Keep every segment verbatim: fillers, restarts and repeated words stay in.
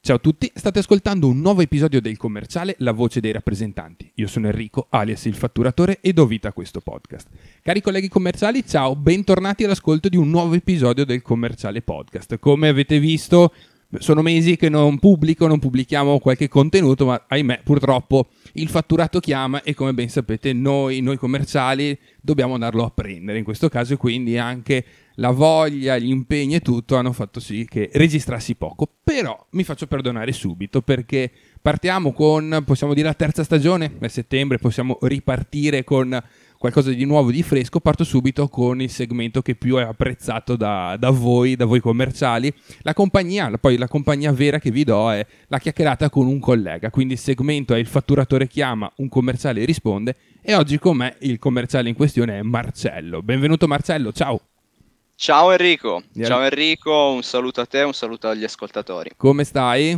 Ciao a tutti, state ascoltando un nuovo episodio del Commerciale, la voce dei rappresentanti. Io sono Enrico, alias il fatturatore, e do vita a questo podcast. Cari colleghi commerciali, ciao, bentornati all'ascolto di un nuovo episodio del Commerciale Podcast. Come avete visto, sono mesi che non pubblico, non pubblichiamo qualche contenuto, ma ahimè, purtroppo il fatturato chiama e come ben sapete noi, noi commerciali, dobbiamo andarlo a prendere in questo caso, e quindi anche la voglia, gli impegni e tutto hanno fatto sì che registrassi poco. Però mi faccio perdonare subito, perché partiamo con, possiamo dire, la terza stagione. A settembre possiamo ripartire con qualcosa di nuovo, di fresco. Parto subito con il segmento che più è apprezzato da, da voi, da voi commerciali. La compagnia, poi la compagnia vera che vi do è la chiacchierata con un collega. Quindi il segmento è il fatturatore chiama, un commerciale risponde. E oggi con me il commerciale in questione è Marcello. Benvenuto Marcello, ciao! Ciao Enrico, Yeah. ciao Enrico, un saluto a te, un saluto agli ascoltatori. Come stai?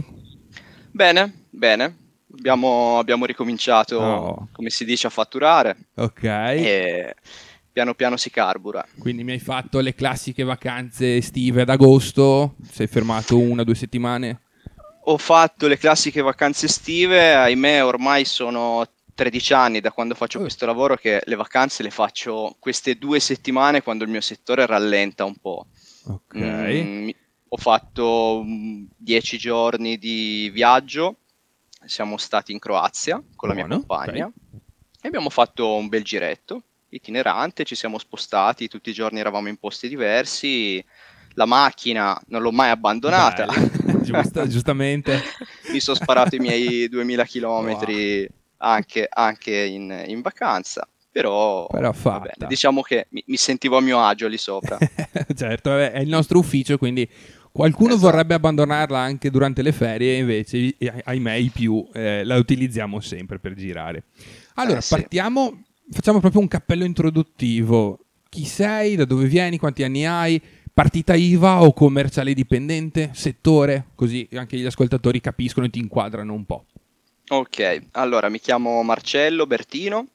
Bene, bene, abbiamo, abbiamo ricominciato, Oh. come si dice, a fatturare Ok. e piano piano si carbura. Quindi mi hai fatto le classiche vacanze estive ad agosto? Sei fermato una o due settimane? Ho fatto le classiche vacanze estive, ahimè ormai sono tredici anni da quando faccio Oh. questo lavoro che le vacanze le faccio queste due settimane quando il mio settore rallenta un po'. Ok. Mm, ho fatto mm, dieci giorni di viaggio, siamo stati in Croazia con la mia Buono, compagna ok. e abbiamo fatto un bel giretto itinerante, ci siamo spostati, tutti i giorni eravamo in posti diversi, la macchina non l'ho mai abbandonata. Bello. Giusto, giustamente. Mi sono sparato i miei duemila Wow. chilometri anche, anche in, in vacanza, però, Però va bene, fatta. diciamo che mi, mi sentivo a mio agio lì sopra. Certo, vabbè, è il nostro ufficio, quindi qualcuno Esatto. vorrebbe abbandonarla anche durante le ferie, invece, eh, ahimè, i più eh, la utilizziamo sempre per girare. Allora, Eh, sì. partiamo, facciamo proprio un cappello introduttivo. Chi sei, da dove vieni, quanti anni hai, partita I V A o commerciale dipendente, settore, così anche gli ascoltatori capiscono e ti inquadrano un po'. Ok, allora mi chiamo Marcello Bertino,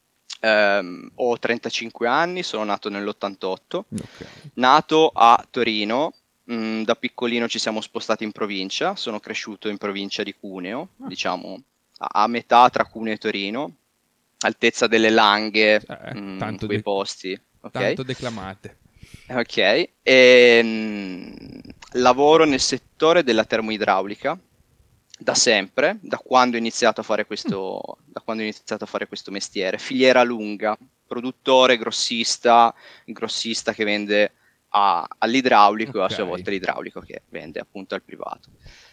ehm, ho trentacinque anni, sono nato nell'ottantotto, Ok. nato a Torino, mh, da piccolino ci siamo spostati in provincia, sono cresciuto in provincia di Cuneo, Ah. diciamo a, a metà tra Cuneo e Torino, altezza delle Langhe, Eh, mh, tanto, quei de- posti, ok? tanto declamate. Ok, e, mh, lavoro nel settore della termoidraulica da sempre, da quando ho iniziato a fare questo, da quando ho iniziato a fare questo mestiere. Filiera lunga, produttore, grossista, grossista che vende a- all'idraulico e a sua Ok. volta l'idraulico che vende appunto al privato.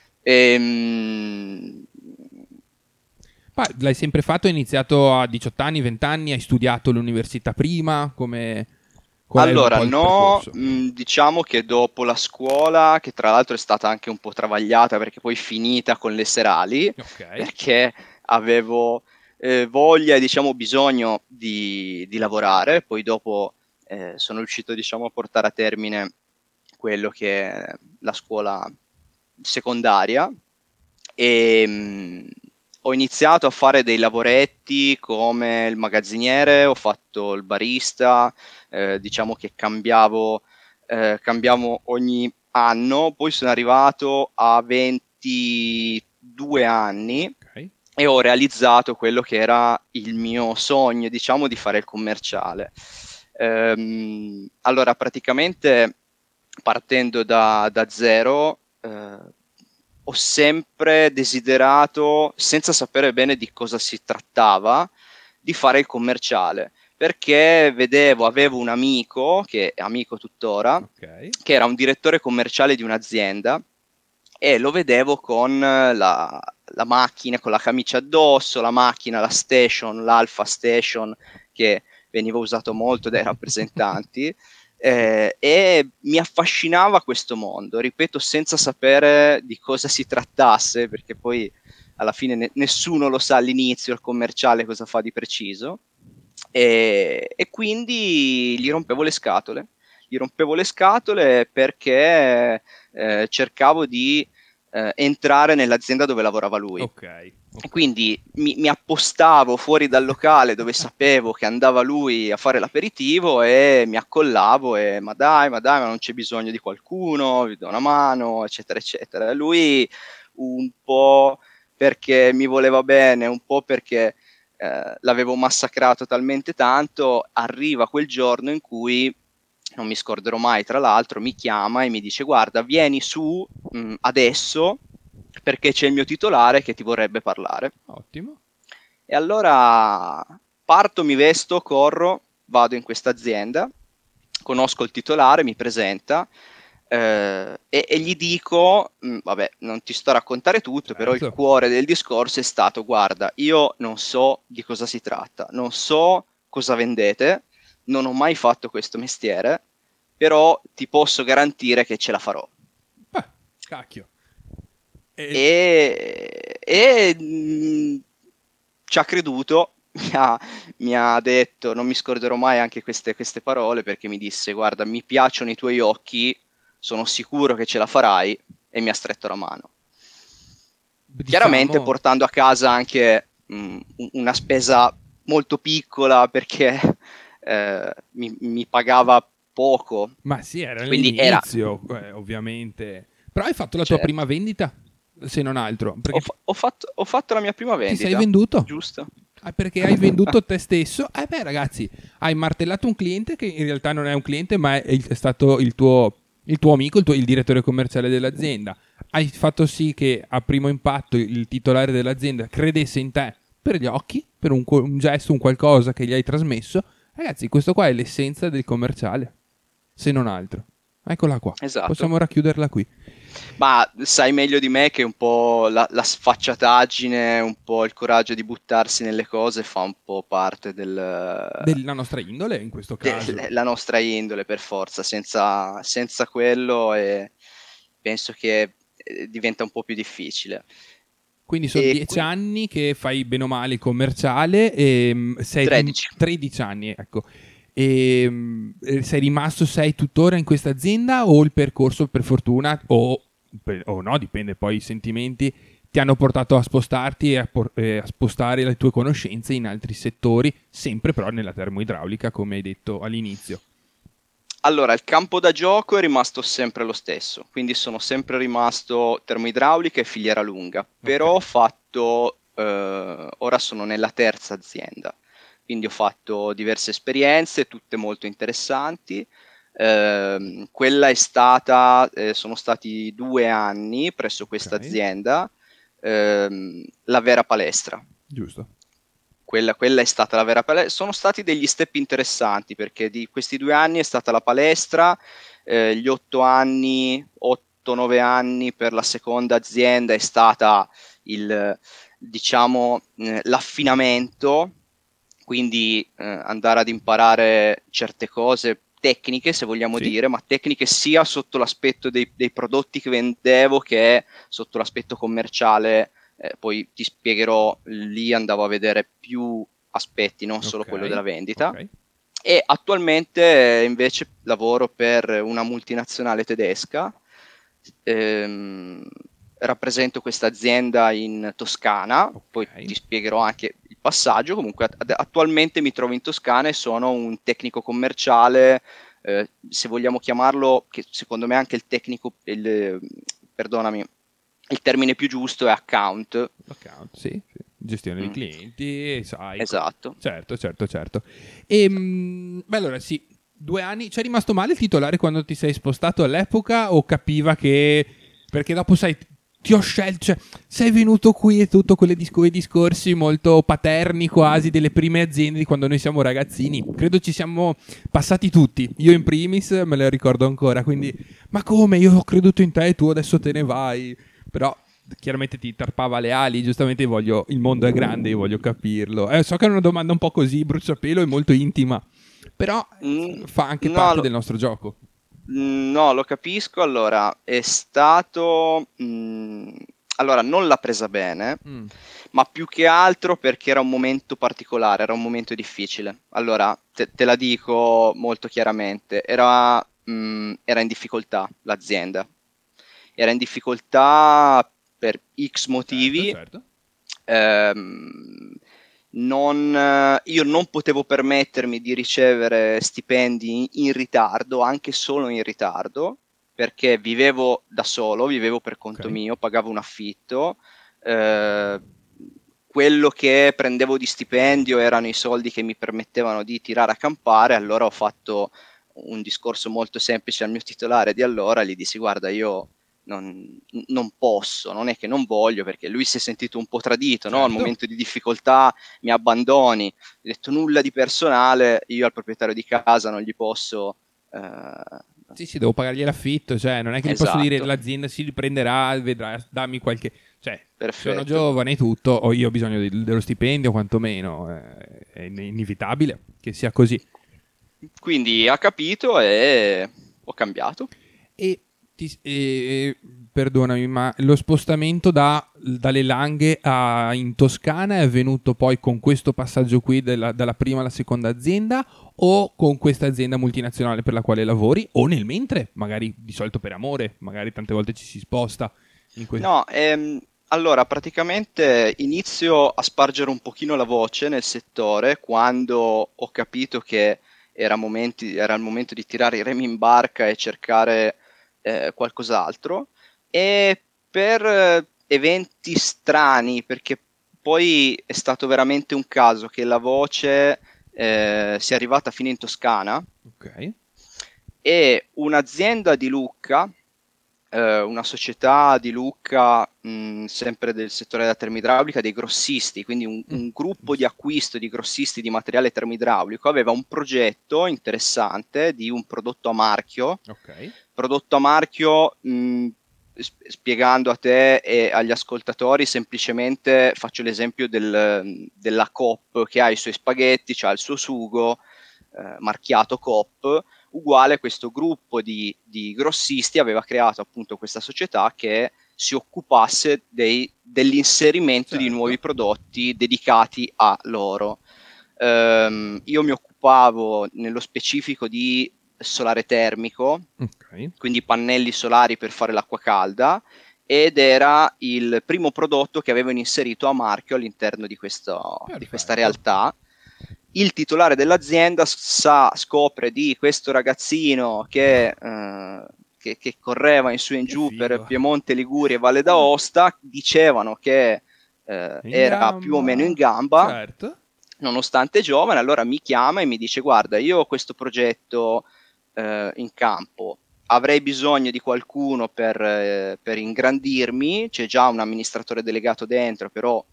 Ehm, Ma l'hai sempre fatto? Hai iniziato a diciotto anni, venti anni? Hai studiato all'università prima? Come... Qual è un Allora, po' il no, percorso? mh, diciamo che dopo la scuola, che tra l'altro è stata anche un po' travagliata perché poi finita con le serali, Ok. perché avevo eh, voglia e diciamo bisogno di, di lavorare, poi dopo eh, sono riuscito diciamo a portare a termine quello che è la scuola secondaria e mh, ho iniziato a fare dei lavoretti come il magazziniere, ho fatto il barista, eh, diciamo che cambiavo, eh, cambiamo ogni anno, poi sono arrivato a ventidue anni Ok. e ho realizzato quello che era il mio sogno, diciamo, di fare il commerciale. Ehm, allora, praticamente partendo da, da zero, eh, ho sempre desiderato, senza sapere bene di cosa si trattava, di fare il commerciale perché vedevo, avevo un amico, che è amico tuttora, Ok. che era un direttore commerciale di un'azienda e lo vedevo con la, la macchina, con la camicia addosso, la macchina, la station, l'Alpha Station, che veniva usato molto dai rappresentanti, eh, e mi affascinava questo mondo, ripeto, senza sapere di cosa si trattasse, perché poi alla fine ne- nessuno lo sa all'inizio il commerciale cosa fa di preciso, e, e quindi gli rompevo le scatole. Gli rompevo le scatole perché eh, cercavo di eh, entrare nell'azienda dove lavorava lui. Ok. E Ok. quindi mi, mi appostavo fuori dal locale dove sapevo che andava lui a fare l'aperitivo e mi accollavo e ma dai, ma dai, ma non c'è bisogno di qualcuno, vi do una mano, eccetera, eccetera. E lui un po' perché mi voleva bene, un po' perché eh, l'avevo massacrato talmente tanto. Arriva quel giorno in cui, non mi scorderò mai, tra l'altro, mi chiama e mi dice: guarda, vieni su mh, adesso perché c'è il mio titolare che ti vorrebbe parlare. Ottimo. E allora parto, mi vesto, corro, vado in questa azienda, conosco il titolare, mi presenta eh, e, e gli dico, mh, vabbè, non ti sto a raccontare tutto, Certo. però il cuore del discorso è stato: guarda, io non so di cosa si tratta, non so cosa vendete, non ho mai fatto questo mestiere, però ti posso garantire che ce la farò. Beh, cacchio. E... E, e mh, ci ha creduto, mi ha, mi ha detto, non mi scorderò mai anche queste, queste parole, perché mi disse: guarda, mi piacciono i tuoi occhi, sono sicuro che ce la farai, e mi ha stretto la mano. diciamo... Chiaramente portando a casa anche mh, una spesa molto piccola, perché eh, mi, mi pagava poco. Ma sì, era Quindi era, l'inizio, eh, ovviamente. Però hai fatto la tua certo. prima vendita, se non altro. Perché Ho, fa- ho fatto, ho fatto la mia prima vendita. ti sei venduto? Giusto. Ah, perché hai venduto te stesso? Eh beh, ragazzi, hai martellato un cliente che in realtà non è un cliente, ma è, è stato il tuo, il tuo amico, il, tuo, il direttore commerciale dell'azienda. Hai fatto sì che a primo impatto il titolare dell'azienda credesse in te per gli occhi, per un, un gesto, un qualcosa che gli hai trasmesso. Ragazzi, questo qua è l'essenza del commerciale, se non altro. Eccola qua. Esatto. Possiamo racchiuderla qui. Ma sai meglio di me che un po' la, la sfacciataggine, un po' il coraggio di buttarsi nelle cose fa un po' parte del, Della nostra indole, in questo caso. della nostra indole, per forza. Senza, senza quello e penso che eh, diventa un po' più difficile. Quindi sono E dieci qui- anni che fai bene o male il commerciale e mm, sei tredici. tredici anni, ecco. E mm, sei rimasto, sei tuttora in questa azienda o il percorso per fortuna o, per- o no, dipende poi i sentimenti, ti hanno portato a spostarti e a, por- e a spostare le tue conoscenze in altri settori, sempre però nella termoidraulica, come hai detto all'inizio. Allora, il campo da gioco è rimasto sempre lo stesso, quindi sono sempre rimasto termoidraulica e filiera lunga, però Ok. ho fatto, eh, ora sono nella terza azienda, quindi ho fatto diverse esperienze, tutte molto interessanti. Ehm, quella è stata, eh, sono stati due anni presso questa Ok, azienda, ehm, la vera palestra. giusto. Quella, quella è stata la vera palestra. Sono stati degli step interessanti, perché di questi due anni è stata la palestra, eh, gli otto anni, otto nove anni per la seconda azienda è stata il, diciamo, eh, l'affinamento, quindi eh, andare ad imparare certe cose tecniche, se vogliamo Sì. dire, ma tecniche sia sotto l'aspetto dei, dei prodotti che vendevo che sotto l'aspetto commerciale. Eh, poi ti spiegherò, lì andavo a vedere più aspetti, non solo Ok, quello della vendita. ok. E attualmente eh, invece lavoro per una multinazionale tedesca. Ehm, rappresento questa azienda in Toscana, poi Ok. ti spiegherò anche il passaggio. Comunque at- attualmente mi trovo in Toscana e sono un tecnico commerciale, eh, se vogliamo chiamarlo, che secondo me anche il tecnico, il, perdonami, il termine più giusto è account. Account, sì, sì. Gestione di Mm, clienti, sai. esatto. Certo, certo, certo. E, mh, beh, allora sì, due anni. C'è rimasto male il titolare quando ti sei spostato all'epoca o capiva che... Perché dopo sai, ti ho scelto, cioè, sei venuto qui e tutto quelle dis- quei discorsi molto paterni quasi delle prime aziende di quando noi siamo ragazzini. Credo ci siamo passati tutti. Io in primis me lo ricordo ancora, quindi... Ma come? Io ho creduto in te e tu adesso te ne vai. Però chiaramente ti tarpava le ali, giustamente voglio, il mondo è grande, io voglio capirlo. Eh, so che è una domanda un po' così, bruciapelo e molto intima, però Mm, fa anche no, parte lo, del nostro gioco. mm, no, lo capisco. Allora, è stato... mm, allora, non l'ha presa bene, Mm, ma più che altro perché era un momento particolare, era un momento difficile. Allora, te, te la dico molto chiaramente, era, mm, era in difficoltà l'azienda. Era in difficoltà per X certo, motivi. certo. Ehm, non, eh, io non potevo permettermi di ricevere stipendi in, in ritardo, anche solo in ritardo, perché vivevo da solo, vivevo per conto Ok. mio, pagavo un affitto, eh, quello che prendevo di stipendio erano i soldi che mi permettevano di tirare a campare. Allora ho fatto un discorso molto semplice al mio titolare di allora, gli dissi guarda, io non, non posso, non è che non voglio, perché lui si è sentito un po' tradito, no? Al Certo. momento di difficoltà mi abbandoni, ho detto nulla di personale, io al proprietario di casa non gli posso... eh, Sì, sì, devo pagargli l'affitto, cioè non è che gli posso dire esatto, l'azienda si riprenderà, vedrà, dammi qualche... Cioè, sono perfetto. giovane e tutto, o io ho bisogno di- dello stipendio quantomeno, eh, è in- inevitabile che sia così. Quindi ha capito e ho cambiato. E, ti- e- perdonami, ma lo spostamento da- dalle Langhe a- in Toscana è avvenuto poi con questo passaggio qui della- dalla prima alla seconda azienda o con questa azienda multinazionale per la quale lavori o nel mentre, magari di solito per amore, magari tante volte ci si sposta in que- No, ehm, allora praticamente inizio a spargere un pochino la voce nel settore quando ho capito che era, momenti- era il momento di tirare i remi in barca e cercare eh, qualcos'altro, e per eh, eventi strani, perché poi è stato veramente un caso che la voce eh, sia arrivata fino in Toscana, Ok. e un'azienda di Lucca, eh, una società di Lucca, mh, sempre del settore della termoidraulica, dei grossisti, quindi un, Mm. un gruppo di acquisto di grossisti di materiale termoidraulico, aveva un progetto interessante di un prodotto a marchio. Ok. Prodotto a marchio, mh, sp- spiegando a te e agli ascoltatori, semplicemente faccio l'esempio del- della Coop che ha i suoi spaghetti, ha il suo sugo, eh, marchiato Coop. Uguale, questo gruppo di, di grossisti aveva creato appunto questa società che si occupasse dei- dell'inserimento di nuovi Certo. prodotti dedicati a loro. Ehm, io mi occupavo nello specifico di solare termico, Ok. quindi pannelli solari per fare l'acqua calda, ed era il primo prodotto che avevano inserito a marchio all'interno di, questo, di questa Perfetto. realtà. Il titolare dell'azienda sa, scopre di questo ragazzino che, eh, che, che correva in su e in Che giù per figo. Piemonte, Liguria e Valle d'Aosta, dicevano che eh, In era più o meno in gamba. gamba, Certo. nonostante giovane. Allora mi chiama e mi dice guarda, io ho questo progetto eh, in campo, avrei bisogno di qualcuno per, eh, per ingrandirmi, c'è già un amministratore delegato dentro, però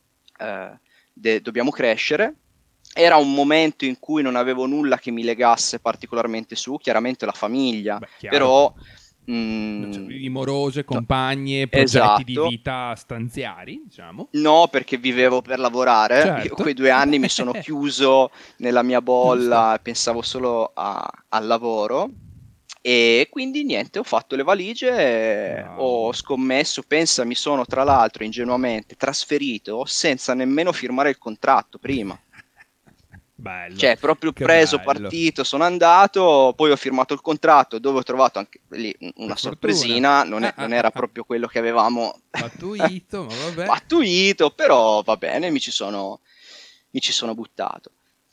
eh, de- dobbiamo crescere. Era un momento in cui non avevo nulla che mi legasse particolarmente su, chiaramente la famiglia, Beh, chiaro. però... Non mm, c'avevi morose, no, compagne, progetti di esatto. vita stanziari, diciamo. No, perché vivevo per lavorare. Io Certo. quei due anni mi sono chiuso nella mia Giusto. bolla e pensavo solo a- al lavoro. E quindi niente, ho fatto le valigie, e Wow. ho scommesso, pensa, mi sono tra l'altro ingenuamente trasferito senza nemmeno firmare il contratto prima. Bello. Cioè, proprio Che preso, bello. partito, sono andato, poi ho firmato il contratto, dove ho trovato anche lì una Per fortuna. sorpresina, non, Ah, è- ah, non ah, era ah. proprio quello che avevamo Pattuito, ma vabbè. pattuito, però va bene, mi ci sono, mi ci sono buttato.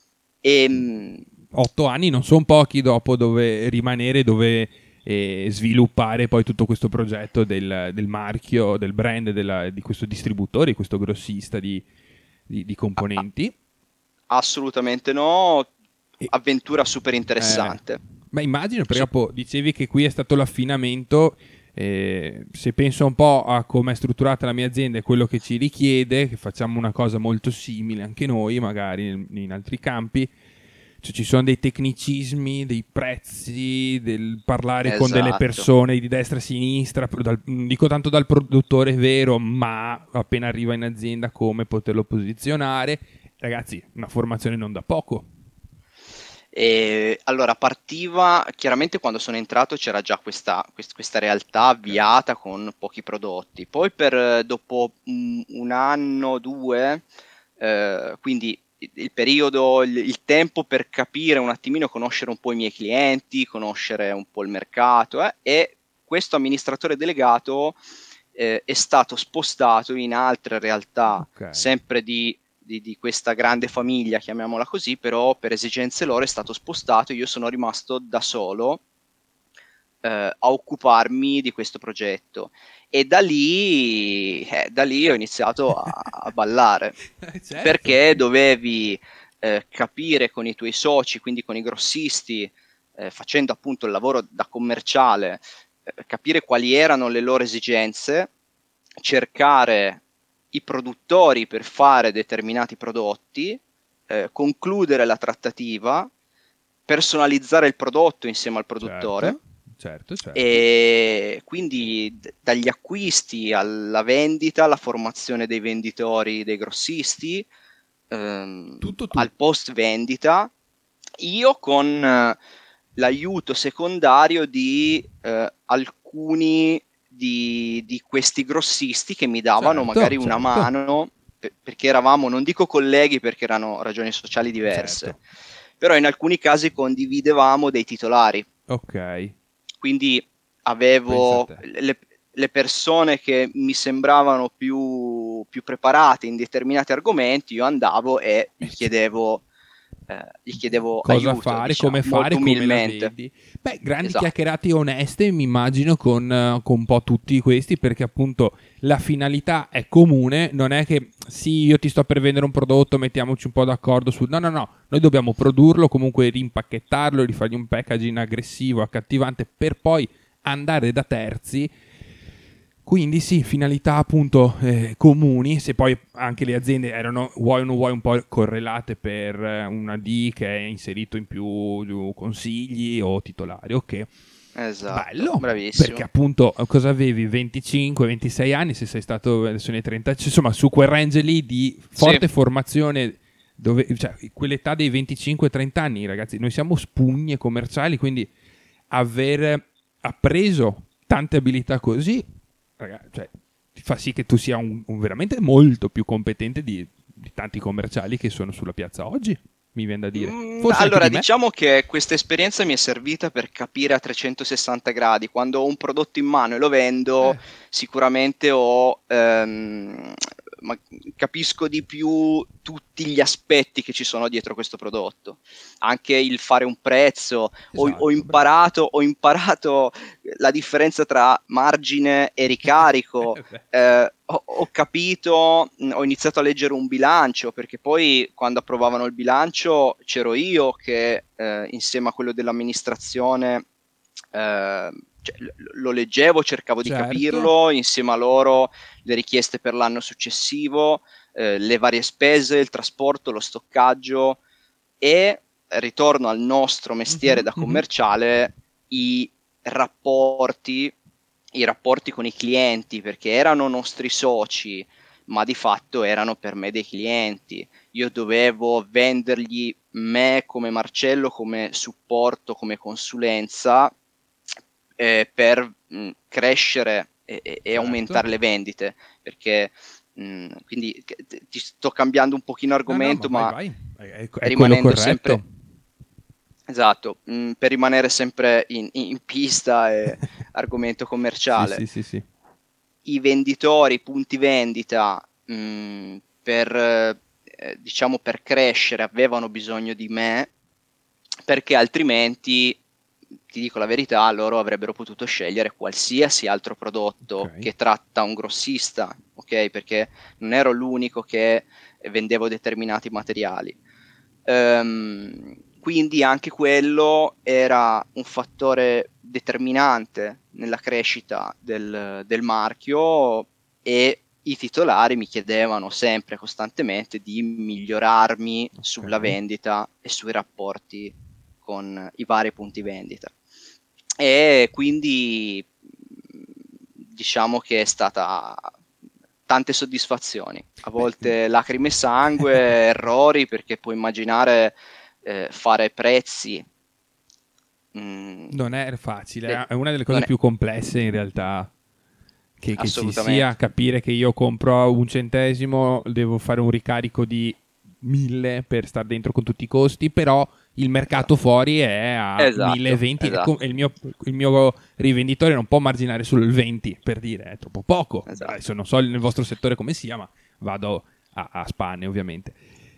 E, Otto anni non sono pochi dopo dove rimanere, dove eh, sviluppare poi tutto questo progetto del, del marchio, del brand, della- di questo distributore, di questo grossista di, di- di componenti. assolutamente no, E, avventura super eh, interessante. ma immagino, perché Su- dopo dicevi che qui è stato l'affinamento. Eh, se penso un po' a come è strutturata la mia azienda e quello che ci richiede, che facciamo una cosa molto simile anche noi, magari in, in altri campi, cioè ci sono dei tecnicismi, dei prezzi, del parlare con delle esatto. persone di destra e sinistra, pro- dal- non dico tanto dal produttore vero, ma appena arriva in azienda come poterlo posizionare. Ragazzi, una formazione non da poco. E allora partiva, chiaramente quando sono entrato c'era già questa, quest- questa realtà Ok. avviata con pochi prodotti. Poi per eh, dopo un, un anno, due, eh, quindi il, il periodo, il, il tempo per capire un attimino, conoscere un po' i miei clienti, conoscere un po' il mercato, eh, e questo amministratore delegato eh, è stato spostato in altre realtà, Ok. sempre di di, di questa grande famiglia, chiamiamola così, però per esigenze loro è stato spostato e io sono rimasto da solo eh, a occuparmi di questo progetto. E da lì, eh, da lì ho iniziato a, a ballare, Certo. perché dovevi eh, capire con i tuoi soci, quindi con i grossisti, eh, facendo appunto il lavoro da commerciale, eh, capire quali erano le loro esigenze, cercare i produttori per fare determinati prodotti, eh, concludere la trattativa, personalizzare il prodotto insieme al produttore. Certo, certo, certo. E quindi d- dagli acquisti alla vendita, alla formazione dei venditori, dei grossisti, ehm, Tutto tu. al post vendita, io con eh, l'aiuto secondario di eh, alcuni di, di questi grossisti che mi davano Certo, magari una certo. mano, per- perché eravamo, non dico colleghi perché erano ragioni sociali diverse, Certo. però in alcuni casi condividevamo dei titolari. Ok. Quindi Pensa a avevo te. le, le persone che mi sembravano più, più preparate in determinati argomenti, io andavo e gli chiedevo, eh, gli chiedevo Cosa aiuto, fare, diciamo, come fare, molto come la umilmente. vedi. Beh, grandi Esatto. chiacchierate oneste, mi immagino, con, eh, con un po' tutti questi, perché appunto la finalità è comune, non è che sì, io ti sto per vendere un prodotto, mettiamoci un po' d'accordo su... No, no, no, noi dobbiamo produrlo, comunque rimpacchettarlo, rifargli un packaging aggressivo, accattivante, per poi andare da terzi. Quindi sì, finalità appunto eh, comuni, se poi anche le aziende erano, vuoi o non vuoi, un po' correlate per eh, una D che è inserito in più, più consigli o titolari, ok. Esatto, Bello, perché bravissimo. appunto cosa avevi? venticinque ventisei anni, se sei stato adesso nei trenta, insomma su quel range lì di forte Sì, formazione, dove, cioè quell'età dei venticinque trenta anni, ragazzi, noi siamo spugne commerciali, quindi aver appreso tante abilità così, ragazzi, cioè, fa sì che tu sia un, un veramente molto più competente di, di tanti commerciali che sono sulla piazza oggi, mi viene da dire. Mm, Forse anche allora, di me. diciamo che questa esperienza mi è servita per capire a trecentosessanta gradi. Quando ho un prodotto in mano e lo vendo, Eh, sicuramente ho, ehm, ma- capisco di più tutti gli aspetti che ci sono dietro questo prodotto. Anche il fare un prezzo. Ho, ho esatto, bravo. imparato, ho imparato la differenza tra margine e ricarico. Eh, beh, sì. Eh, ho, ho capito, mh, ho iniziato a leggere un bilancio, perché poi quando approvavano il bilancio c'ero io che eh, insieme a quello dell'amministrazione eh, cioè, l- lo leggevo, cercavo di Certo. capirlo, insieme a loro le richieste per l'anno successivo, eh, le varie spese, il trasporto, lo stoccaggio e ritorno al nostro mestiere Mhm, da mhm. commerciale, i rapporti, i rapporti con i clienti, perché erano nostri soci, ma di fatto erano per me dei clienti. Io dovevo vendergli me come Marcello, come supporto, come consulenza, eh, per mh, crescere e, e- e Certo. aumentare le vendite, perché mh, quindi che- ti sto cambiando un pochino No, no, ma argomento, vai, ma vai. È, è- è quello rimanendo corretto. sempre, esatto, mh, per rimanere sempre in, in pista e argomento Sì, commerciale, sì, sì, sì. i venditori, i punti vendita, mh, per, eh, diciamo, per crescere avevano bisogno di me, perché altrimenti, ti dico la verità, loro avrebbero potuto scegliere qualsiasi altro prodotto Ok. che tratta un grossista, ok? Perché non ero l'unico che vendevo determinati materiali. Ehm, quindi anche quello era un fattore determinante nella crescita del, del marchio, e i titolari mi chiedevano sempre, costantemente, di migliorarmi sulla Ok. vendita e sui rapporti con i vari punti vendita. E quindi diciamo che è stata tante soddisfazioni, a Beh, volte lacrime e sangue, errori, perché puoi immaginare eh, fare prezzi. mh, non è facile, de- eh. È una delle non cose è più complesse in realtà che, che ci sia. assolutamente. Capire che io compro un centesimo, devo fare un ricarico di mille per stare dentro con tutti i costi, però il mercato Esatto, fuori è a mille e esatto, venti ecco, e esatto, il mio, il mio rivenditore non può marginare solo il venti, per dire, è troppo poco. esatto. Adesso non so nel vostro settore come sia, ma vado a, a spanne ovviamente.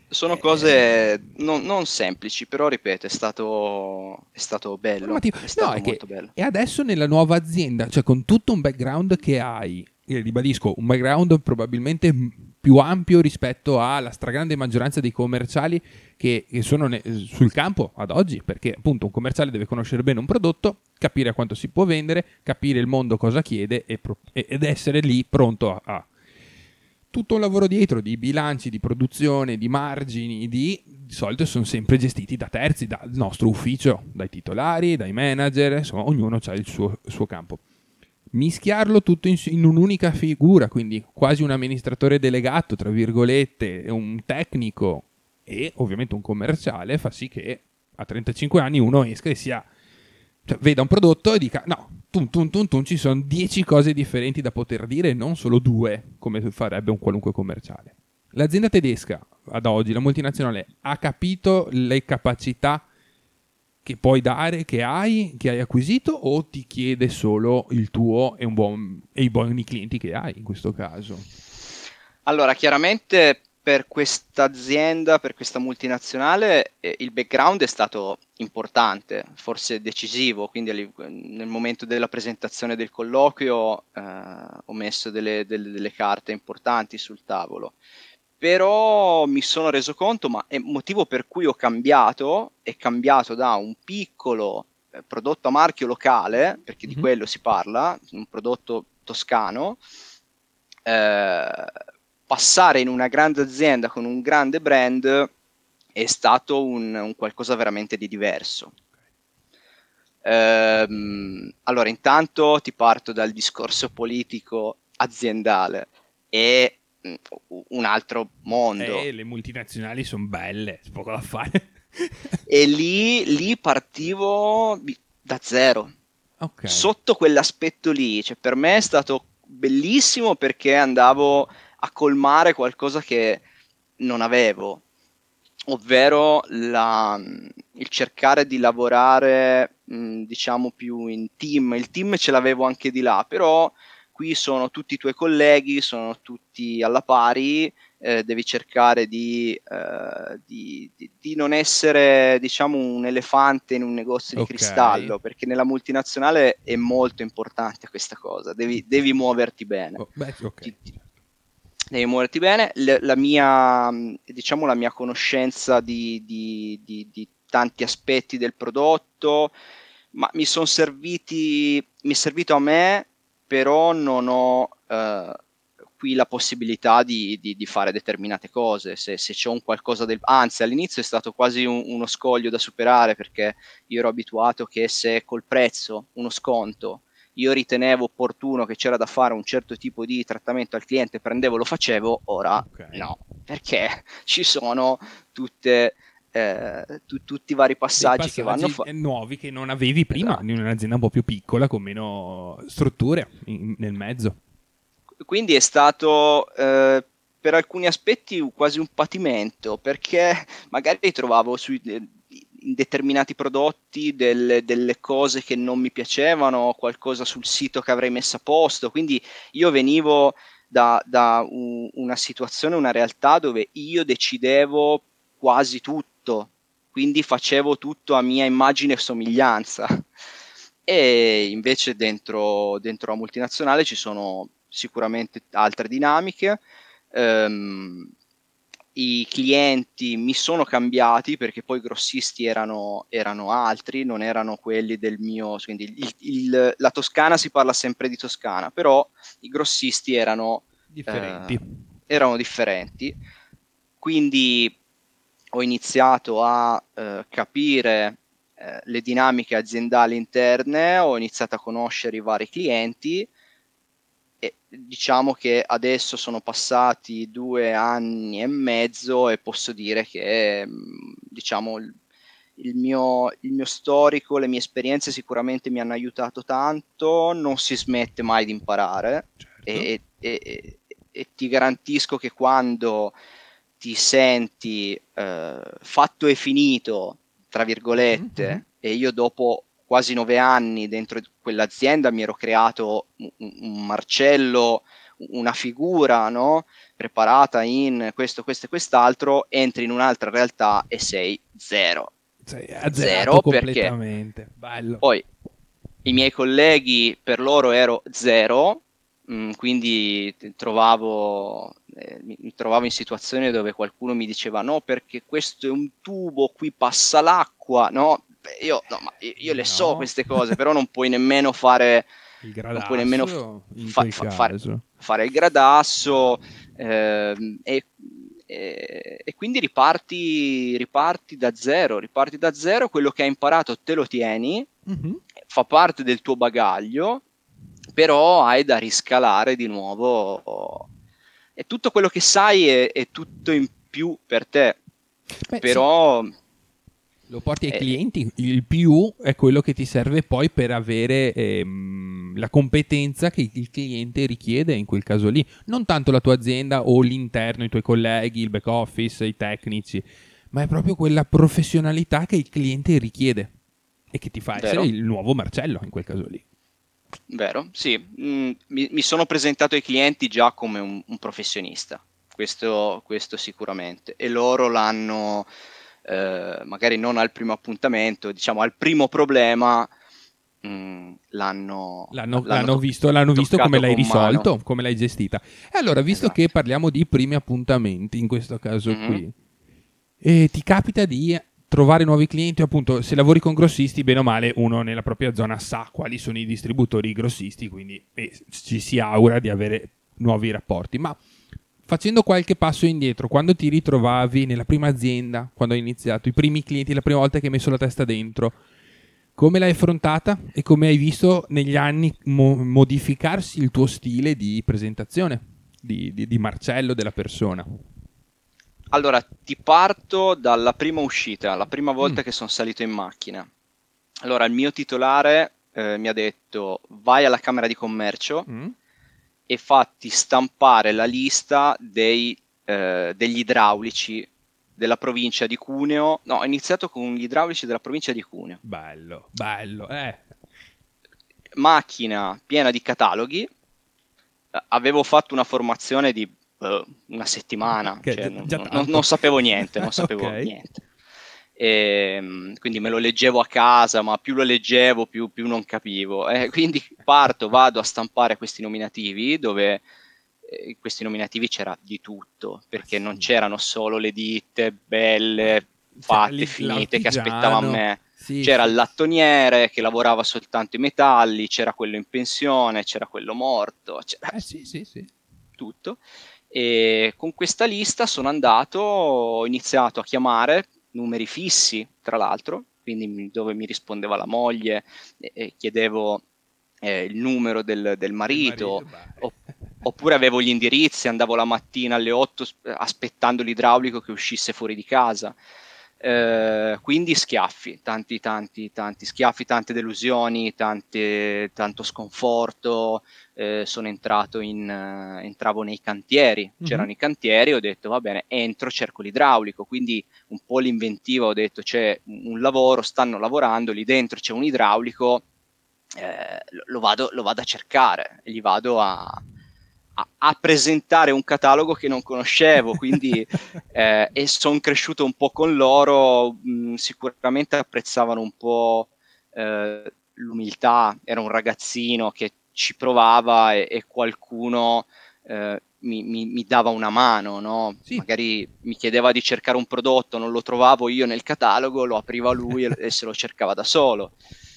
sono cose non, non semplici, però ripeto, è stato, è stato bello, Formativo. è stato No, è che molto bello. e adesso nella nuova azienda, cioè con tutto un background che hai, e ribadisco, un background probabilmente m- più ampio rispetto alla stragrande maggioranza dei commerciali che, che sono ne- sul campo ad oggi, perché appunto un commerciale deve conoscere bene un prodotto, capire a quanto si può vendere, capire il mondo cosa chiede e pro- e- ed essere lì pronto a, a tutto un lavoro dietro di bilanci, di produzione, di margini, di, di solito sono sempre gestiti da terzi, dal nostro ufficio, dai titolari, dai manager, insomma ognuno ha il suo, il suo campo. Mischiarlo tutto in, in un'unica figura, quindi quasi un amministratore delegato, tra virgolette, un tecnico e ovviamente un commerciale, fa sì che a trentacinque anni uno esca e sia, cioè, veda un prodotto e dica no, tun, tun, tun, tun, ci sono dieci cose differenti da poter dire, non solo due, come farebbe un qualunque commerciale. L'azienda tedesca, ad oggi, la multinazionale, ha capito le capacità che puoi dare, che hai, che hai acquisito, o ti chiede solo il tuo e, un buon, e i buoni clienti che hai in questo caso? Allora, chiaramente per questa azienda, per questa multinazionale, eh, il background è stato importante, forse decisivo, quindi ali- nel momento della presentazione del colloquio eh, ho messo delle, delle- delle carte importanti sul tavolo. Però mi sono reso conto, ma è motivo per cui ho cambiato, è cambiato da un piccolo eh, prodotto a marchio locale, perché di Mhm. quello si parla, un prodotto toscano, eh, passare in una grande azienda con un grande brand è stato un, un qualcosa veramente di diverso. Ehm, allora, intanto ti parto dal discorso politico aziendale. È mm, un altro mondo. Eh, le multinazionali sono belle, c'è poco da fare. E lì, lì partivo bi- da zero, Ok. sotto quell'aspetto lì. Cioè, per me è stato bellissimo perché andavo a colmare qualcosa che non avevo, ovvero la- il cercare di lavorare, mh, diciamo, più in team. Il team ce l'avevo anche di là, però qui sono tutti i tuoi colleghi, sono tutti alla pari, eh, devi cercare di, eh, di- di- di non essere, diciamo, un elefante in un negozio di Ok. cristallo, perché nella multinazionale è molto importante questa cosa, devi, devi muoverti bene. Oh, beh, ok. Ti- ti- Devi muoverti bene. L- la mia, mh, diciamo, la mia conoscenza di, di- di- di tanti aspetti del prodotto, ma mi sono serviti, mi è servito a me, però non ho eh, qui la possibilità di, di- di fare determinate cose. Se, se c'è un qualcosa del... Anzi, all'inizio è stato quasi un- uno scoglio da superare perché io ero abituato che se col prezzo, uno sconto, io ritenevo opportuno che c'era da fare un certo tipo di trattamento al cliente, prendevo, lo facevo, ora Ok. no, perché ci sono tutte, eh, tu- tutti i vari Dei passaggi che vanno passaggi fatti. eh, nuovi che non avevi prima in Esatto. un'azienda un po' più piccola con meno strutture in- nel mezzo. Quindi è stato eh, per alcuni aspetti quasi un patimento, perché magari trovavo sui, in determinati prodotti delle, delle cose che non mi piacevano, qualcosa sul sito che avrei messo a posto. Quindi io venivo da, da u- una situazione, una realtà dove io decidevo quasi tutto, quindi facevo tutto a mia immagine e somiglianza. E invece dentro, dentro la multinazionale ci sono sicuramente altre dinamiche. Ehm, I clienti mi sono cambiati perché poi i grossisti erano, erano altri, non erano quelli del mio. Quindi il- il- la Toscana si parla sempre di Toscana, però i grossisti erano, eh, Differenti. erano differenti. Quindi ho iniziato a eh, capire eh, le dinamiche aziendali interne, ho iniziato a conoscere i vari clienti e diciamo che adesso sono passati due anni e mezzo e posso dire che mh, diciamo il, il mio, il mio storico, le mie esperienze sicuramente mi hanno aiutato tanto, non si smette mai di imparare Certo. e, e- e- e ti garantisco che quando ti senti eh, fatto e finito, tra Mhm, mhm. virgolette, e io dopo quasi nove anni dentro quell'azienda mi ero creato un, un Marcello, una figura, no? Preparata in questo, questo e quest'altro, entri in un'altra realtà e sei zero. Sei azzerato completamente. Bello. Poi i miei colleghi, per loro ero zero, mh, quindi trovavo, eh, mi trovavo in situazioni dove qualcuno mi diceva no perché questo è un tubo, qui passa l'acqua, no? Beh, io, no, ma io, io le no. so queste cose, però non puoi nemmeno fare il gradasso, non puoi nemmeno fa- in fa- quel fa- caso. Fare, fare il gradasso, ehm, e, e, e quindi riparti, riparti da zero, riparti da zero, quello che hai imparato te lo tieni, mm-hmm. fa parte del tuo bagaglio, però hai da riscalare di nuovo, e tutto quello che sai è, è tutto in più per te. Beh, però sì. Lo porti ai eh, clienti, il più è quello che ti serve poi per avere ehm, la competenza che il cliente richiede in quel caso lì, non tanto la tua azienda o l'interno, i tuoi colleghi, il back office, i tecnici, ma è proprio quella professionalità che il cliente richiede e che ti fa essere Vero. il nuovo Marcello in quel caso lì. Vero, sì, mm, mi, mi sono presentato ai clienti già come un, un professionista, questo, questo sicuramente, e loro l'hanno, eh, magari non al primo appuntamento, diciamo al primo problema, mh, l'hanno, l'hanno, l'hanno, l'hanno to- visto, l'hanno visto come l'hai risolto, mano. come l'hai gestita. E allora, visto esatto. che parliamo di primi appuntamenti in questo caso mm-hmm. qui, e ti capita di trovare nuovi clienti, appunto, se lavori con grossisti, bene o male, uno nella propria zona sa quali sono i distributori grossisti, quindi eh, ci si augura di avere nuovi rapporti. Ma facendo qualche passo indietro, quando ti ritrovavi nella prima azienda, quando hai iniziato, i primi clienti, la prima volta che hai messo la testa dentro, come l'hai affrontata e come hai visto negli anni mo- modificarsi il tuo stile di presentazione, di, di, di Marcello, della persona? Allora, ti parto dalla prima uscita, la prima volta mm. che sono salito in macchina. Allora, il mio titolare eh, mi ha detto vai alla Camera di Commercio mm. e fatti stampare la lista dei, eh, degli idraulici della provincia di Cuneo. No, ho iniziato con gli idraulici della provincia di Cuneo. Bello, bello, eh. Macchina piena di cataloghi. Avevo fatto una formazione di uh, una settimana, okay, cioè, già, non, già non, non sapevo niente, non sapevo okay. niente. E, quindi me lo leggevo a casa, ma più lo leggevo più, più non capivo. E quindi parto, vado a stampare questi nominativi dove in questi nominativi c'era di tutto, perché ah, sì. non c'erano solo le ditte belle, fatte, finite, che aspettava a me. Sì, c'era sì. il lattoniere che lavorava soltanto i metalli, c'era quello in pensione, c'era quello morto, c'era eh, sì, sì, sì. tutto. E con questa lista sono andato, ho iniziato a chiamare numeri fissi, tra l'altro, quindi dove mi rispondeva la moglie e, e chiedevo eh, il numero del, del marito, marito oppure avevo gli indirizzi, andavo la mattina alle otto aspettando l'idraulico che uscisse fuori di casa. Eh, quindi schiaffi, tanti tanti tanti schiaffi, tante delusioni, tante, tanto sconforto. Eh, sono entrato in uh, entravo nei cantieri, mm-hmm. c'erano i cantieri, ho detto va bene, entro, cerco l'idraulico, quindi un po' l'inventiva, ho detto c'è un lavoro, stanno lavorando lì dentro, c'è un idraulico, eh, lo, vado, lo vado a cercare, gli vado a A, a presentare un catalogo che non conoscevo, quindi eh, e sono cresciuto un po' con loro, mh, sicuramente apprezzavano un po' eh, l'umiltà, era un ragazzino che ci provava e, e qualcuno eh, mi, mi, mi dava una mano, no? Sì. Magari mi chiedeva di cercare un prodotto, non lo trovavo io nel catalogo, lo apriva lui e, e se lo cercava da solo.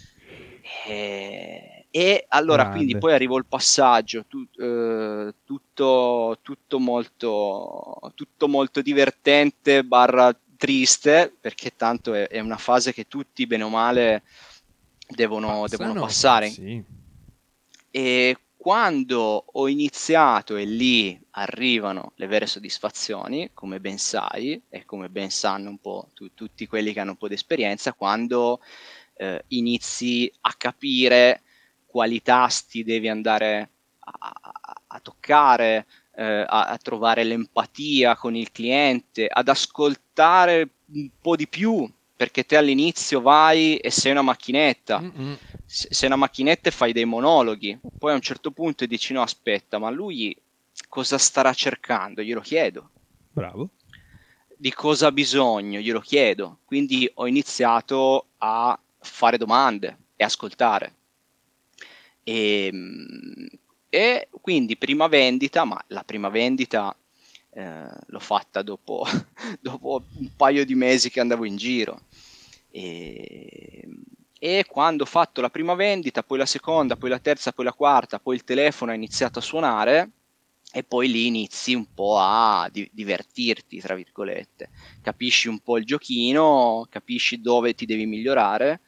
E... E allora Grande. Quindi poi arrivò il passaggio, tu, eh, tutto, tutto, molto, tutto molto divertente barra triste, perché tanto è, è una fase che tutti bene o male devono, devono passare. Sì. E quando ho iniziato, e lì arrivano le vere soddisfazioni, come ben sai e come ben sanno un po' tu, tutti quelli che hanno un po' di esperienza, quando eh, inizi a capire quali tasti devi andare a, a, a toccare, eh, a, a trovare l'empatia con il cliente, ad ascoltare un po' di più, perché te all'inizio vai e sei una macchinetta, S- sei una macchinetta e fai dei monologhi, poi a un certo punto dici no aspetta, ma lui cosa starà cercando, glielo chiedo. Bravo. Di cosa ha bisogno, glielo chiedo. Quindi ho iniziato a fare domande e ascoltare. E, e quindi prima vendita, ma la prima vendita eh, l'ho fatta dopo, dopo un paio di mesi che andavo in giro. E, e quando ho fatto la prima vendita, poi la seconda, poi la terza, poi la quarta, poi il telefono ha iniziato a suonare, e poi lì inizi un po' a di- divertirti, tra virgolette. Capisci un po' il giochino, capisci dove ti devi migliorare,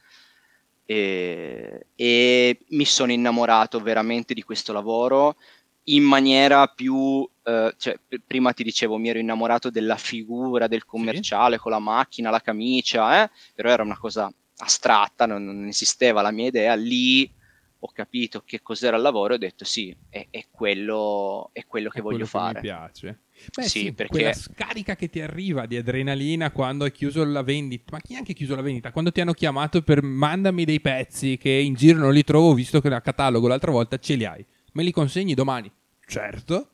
e, e mi sono innamorato veramente di questo lavoro in maniera più, eh, cioè, p- prima ti dicevo, mi ero innamorato della figura del Sì. commerciale con la macchina, la camicia, eh? Però era una cosa astratta, non, non esisteva la mia idea. Lì ho capito che cos'era il lavoro e ho detto sì, è, è quello, è quello che È voglio quello che mi fare. piace. Beh Sì, sì, quella perché scarica che ti arriva di adrenalina quando hai chiuso la vendita, ma chi ha anche chiuso la vendita? Quando ti hanno chiamato per mandami dei pezzi che in giro non li trovo, visto che nel catalogo l'altra volta ce li hai, me li consegni domani? Certo.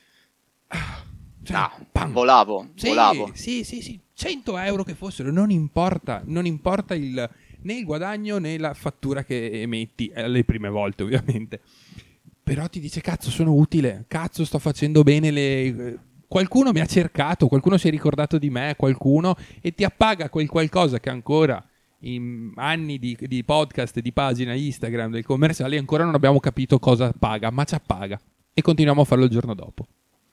Ah, cioè, no, pam. volavo, Sì, volavo. sì, sì, sì, cento euro che fossero, non importa, non importa il, né il guadagno né la fattura che emetti, eh, le prime volte ovviamente. Però ti dice, cazzo, sono utile, cazzo, sto facendo bene le... Qualcuno mi ha cercato, qualcuno si è ricordato di me, qualcuno, e ti appaga quel qualcosa che ancora in anni di, di podcast e di pagina Instagram del commerciale ancora non abbiamo capito cosa paga, ma ci appaga. E continuiamo a farlo il giorno dopo.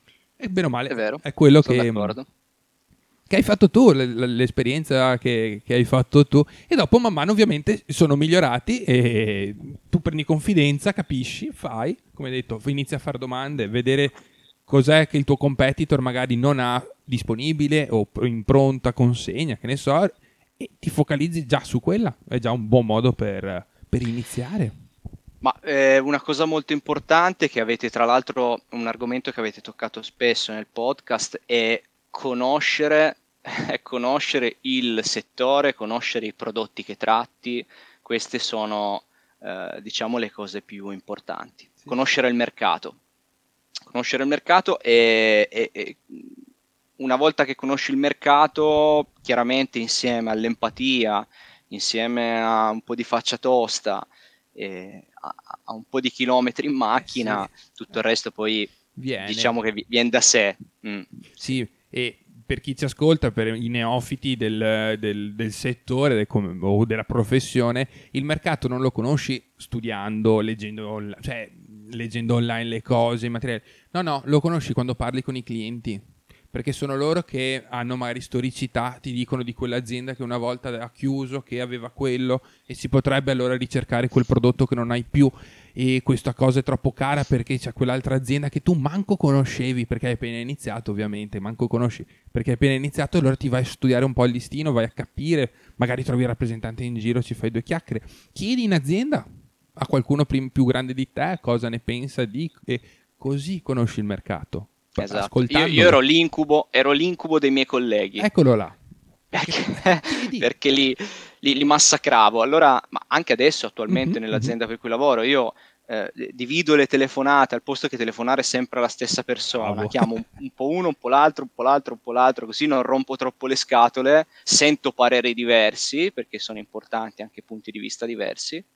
E bene o male, È vero, è quello sono che, d'accordo. che hai fatto tu, l- l- l'esperienza che, che hai fatto tu. E dopo man mano ovviamente sono migliorati e tu prendi confidenza, capisci, fai, come hai detto, inizi a fare domande, vedere cos'è che il tuo competitor magari non ha disponibile o in pronta consegna, che ne so, e ti focalizzi già su quella. È già un buon modo per, per iniziare. Ma eh, una cosa molto importante che avete, tra l'altro, un argomento che avete toccato spesso nel podcast è conoscere, è conoscere il settore, conoscere i prodotti che tratti. Queste sono, eh, diciamo, le cose più importanti. Sì. Conoscere il mercato. Conoscere il mercato e, e- e una volta che conosci il mercato, chiaramente insieme all'empatia, insieme a un po' di faccia tosta, e a, a un po' di chilometri in Eh sì, macchina, tutto il resto poi viene. diciamo che vi- viene da sé. Mm, sì. Sì, e per chi ci ascolta, per i neofiti del, del- del settore del com- o della professione, il mercato non lo conosci studiando, leggendo, on- cioè, leggendo online le cose, i materiali. No, no, lo conosci quando parli con i clienti. Perché sono loro che hanno magari storicità, ti dicono di quell'azienda che una volta ha chiuso, che aveva quello e si potrebbe allora ricercare quel prodotto che non hai più e questa cosa è troppo cara perché c'è quell'altra azienda che tu manco conoscevi perché hai appena iniziato, ovviamente, manco conosci perché hai appena iniziato, allora ti vai a studiare un po' il listino, vai a capire, magari trovi il rappresentante in giro, ci fai due chiacchiere, chiedi in azienda a qualcuno prim- più grande di te cosa ne pensa di e così conosci il mercato, Esatto. Io, io ascoltandolo. ero l'incubo, ero l'incubo dei miei colleghi. Eccolo là. Perché Perché, chiedi. perché li, li- li massacravo. Allora, ma anche adesso, Mhm, attualmente, mhm. nell'azienda per cui lavoro, io eh, divido le telefonate al posto che telefonare sempre alla stessa persona. Bravo. Chiamo un, un po' uno, un po' l'altro, un po' l'altro, un po' l'altro, così non rompo troppo le scatole, sento pareri diversi, perché sono importanti anche punti di vista diversi.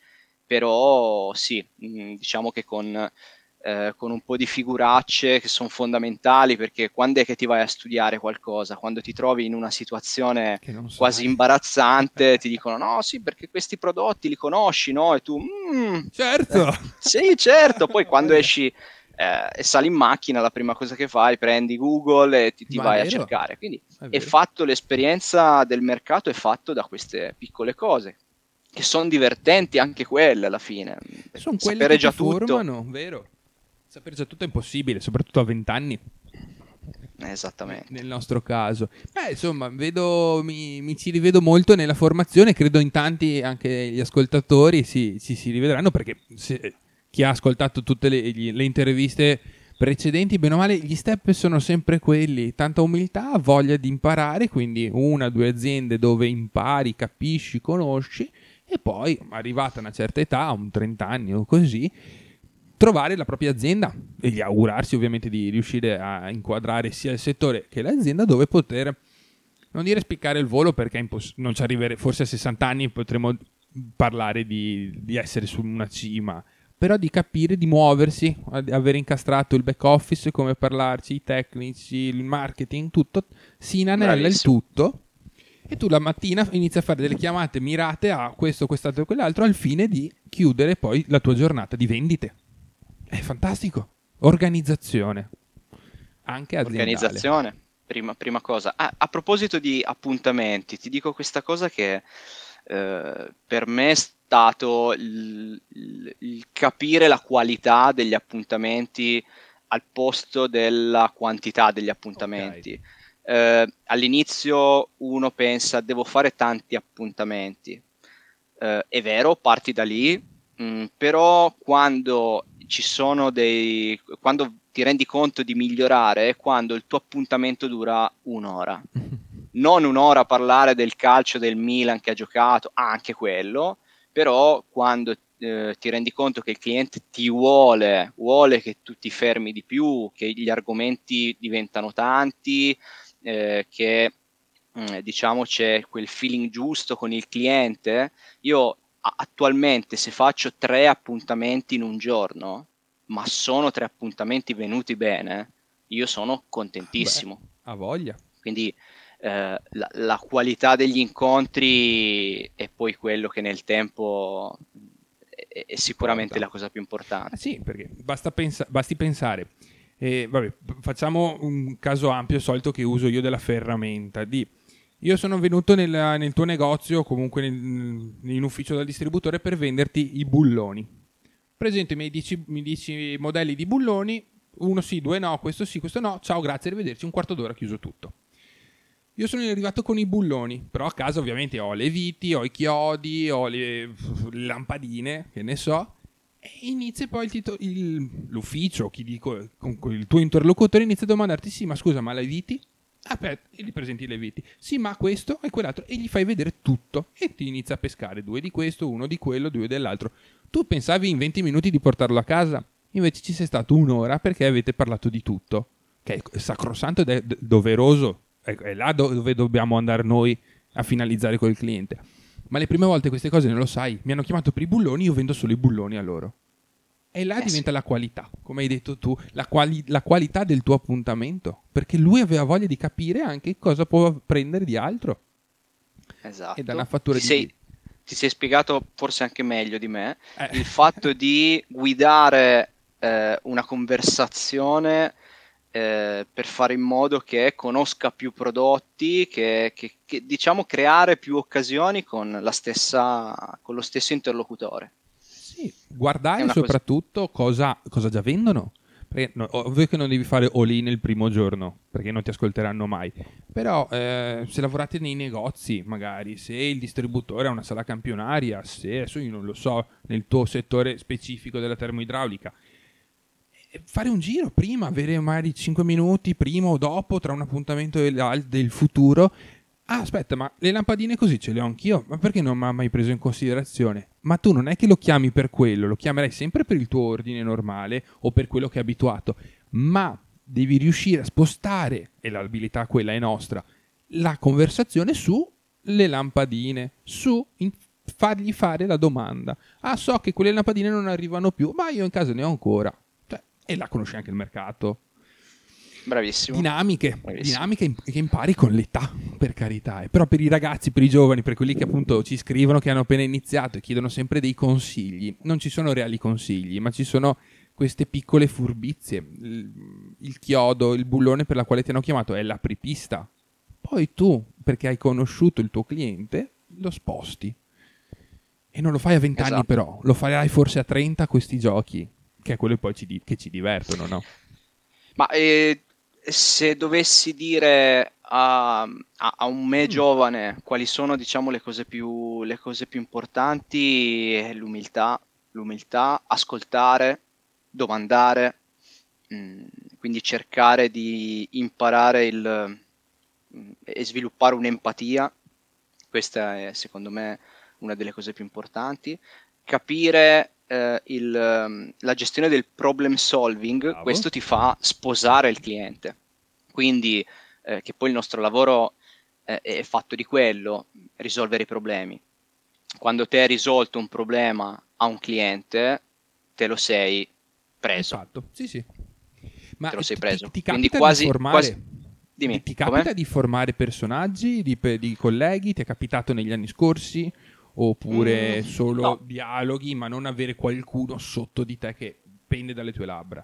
Però sì, mh, diciamo che con eh, con un po' di figuracce che sono fondamentali, perché quando è che ti vai a studiare qualcosa? Quando ti trovi in una situazione Che non quasi sai. imbarazzante, ti dicono no, sì, perché questi prodotti li conosci, no? E tu, "Mm, Certo. eh, sì, certo, poi quando Eh, esci eh, e sali in macchina, la prima cosa che fai, prendi Google e ti, ti ma è vai a vero, cercare. Quindi è è vero. fatto l'esperienza del mercato, è fatto da queste piccole cose, che sono divertenti anche quelle alla fine, perché Sono quelle sapere che ti già tutto. formano, vero? Sapere già tutto è impossibile, soprattutto a vent'anni. Esattamente. Nel nostro caso, beh, insomma, vedo, mi, mi ci rivedo molto nella formazione. Credo in tanti anche gli ascoltatori si, si, si rivedranno perché se, chi ha ascoltato tutte le, gli- le interviste precedenti, bene o male, gli step sono sempre quelli: tanta umiltà, voglia di imparare. Quindi, una, due aziende dove impari, capisci, conosci, e poi arrivata a una certa età, un trenta anni o così trovare la propria azienda e gli augurarsi ovviamente di riuscire a inquadrare sia il settore che l'azienda dove poter, non dire spiccare il volo perché è imposs- non ci arrivere, forse a sessanta anni potremo parlare di, di essere su una cima, però di capire, di muoversi, di aver incastrato il back office, come parlarci, i tecnici, il marketing, tutto, si inanella Bravissimo. il tutto e tu la mattina inizi a fare delle chiamate mirate a questo, quest'altro e quell'altro al fine di chiudere poi la tua giornata di vendite. È fantastico. Organizzazione. Anche aziendale. Organizzazione, prima, prima cosa. Ah, a proposito di appuntamenti, ti dico questa cosa che eh, per me è stato il, il- il capire la qualità degli appuntamenti al posto della quantità degli appuntamenti. Eh, all'inizio uno pensa, devo fare tanti appuntamenti. Eh, è vero, parti da lì, mh, però quando ci sono dei, quando ti rendi conto di migliorare è quando il tuo appuntamento dura un'ora. Non un'ora a parlare del calcio del Milan che ha giocato, anche quello, però quando eh, ti rendi conto che il cliente ti vuole, vuole che tu ti fermi di più, che gli argomenti diventano tanti, eh, che mh, diciamo c'è quel feeling giusto con il cliente. Io a- attualmente se faccio tre appuntamenti in un giorno, ma sono tre appuntamenti venuti bene, io sono Beh, contentissimo. ha voglia. Quindi eh, la, la qualità degli incontri è poi quello che nel tempo è, è sicuramente Porta. la cosa più Ah importante. sì, perché basta pensa- basti pensare. Eh, vabbè, facciamo un caso ampio, solito che uso io della ferramenta. Di, io sono venuto nel, nel tuo negozio, comunque nel- in ufficio dal distributore per venderti i bulloni. Presento i miei dieci modelli di bulloni, uno sì, due no, questo sì, questo no. Ciao, grazie, arrivederci, un quarto d'ora, chiuso tutto. Io sono arrivato con i bulloni, però a casa ovviamente ho le viti, ho i chiodi, ho le, le lampadine, che ne so. E inizia poi il tito- il- l'ufficio, chi dico, con con il tuo interlocutore inizia a domandarti: sì, ma scusa, ma le viti? Aspetta, e gli presenti le viti. Sì, ma questo e quell'altro, e gli fai vedere tutto. E ti inizia a pescare due di questo, uno di quello, due dell'altro. Tu pensavi in venti minuti di portarlo a casa, invece ci sei stato un'ora perché avete parlato di tutto, che è sacrosanto ed è d- doveroso. È, è là do- dove dobbiamo andare noi a finalizzare col cliente. Ma le prime volte queste cose non lo sai. Mi hanno chiamato per i bulloni, io vendo solo i bulloni a loro. E là Eh sì, diventa la qualità, come hai detto tu, la, quali- la qualità del tuo appuntamento. Perché lui aveva voglia di capire anche cosa può prendere di altro. E da una esatto. fattura Ti di... sei, ti sei spiegato forse anche meglio di me Eh, il fatto di guidare eh, una conversazione eh, per fare in modo che conosca più prodotti, che, che- che, diciamo creare più occasioni con la stessa, con lo stesso interlocutore. sì, È guardare una cosa. soprattutto cosa, cosa già vendono. Perché no, ovvio che non devi fare all-in il primo giorno, perché non ti ascolteranno mai. Però eh, se lavorate nei negozi, magari, se il distributore ha una sala campionaria, se adesso io non lo so, nel tuo settore specifico della termoidraulica, eh, fare un giro prima, avere magari cinque minuti prima o dopo tra un appuntamento e l'al- del futuro. Ah, aspetta, ma le lampadine così ce le ho anch'io, ma perché non mi ha mai preso in considerazione? Ma tu non è che lo chiami per quello, lo chiamerai sempre per il tuo ordine normale o per quello che è abituato, ma devi riuscire a spostare, e l'abilità quella è nostra, la conversazione su le lampadine, su in- fargli fare la domanda. Ah, so che quelle lampadine non arrivano più, ma io in casa ne ho ancora. Cioè, e là conosci anche il mercato. Bravissimo, Dinamiche, bravissimo. dinamiche imp- che impari con l'età, per carità. Eh. Però per i ragazzi, per i giovani, per quelli che appunto ci scrivono, che hanno appena iniziato e chiedono sempre dei consigli, non ci sono reali consigli, ma ci sono queste piccole furbizie. Il, il chiodo, il bullone per la quale ti hanno chiamato è l'apripista. Poi tu, perché hai conosciuto il tuo cliente, lo sposti. E non lo fai a venti anni Esatto. però, lo farai forse a trenta questi giochi, che è quello poi ci di- che ci divertono, no? Ma eh, se dovessi dire a, a- a un me Mm. giovane quali sono, diciamo, le cose più, le cose più importanti, è l'umiltà, l'umiltà, ascoltare, domandare, mm, quindi cercare di imparare il, mm, e sviluppare un'empatia. Questa è, secondo me, una delle cose più importanti. Capire eh, il, ehm, la gestione del problem solving, Bravo. questo ti fa sposare il cliente. Quindi, eh, che poi il nostro lavoro eh, è fatto di quello, risolvere i problemi. Quando te hai risolto un problema a un cliente, te lo sei preso. Esatto, sì sì. Ma Te lo sei ti, preso. ti, ti Quindi capita quasi, di formare... quasi... Dimmi, ti com'è? capita di formare personaggi, di, pe- di colleghi? Ti è capitato negli anni scorsi? Oppure Mm, solo no. dialoghi, ma non avere qualcuno sotto di te che pende dalle tue labbra?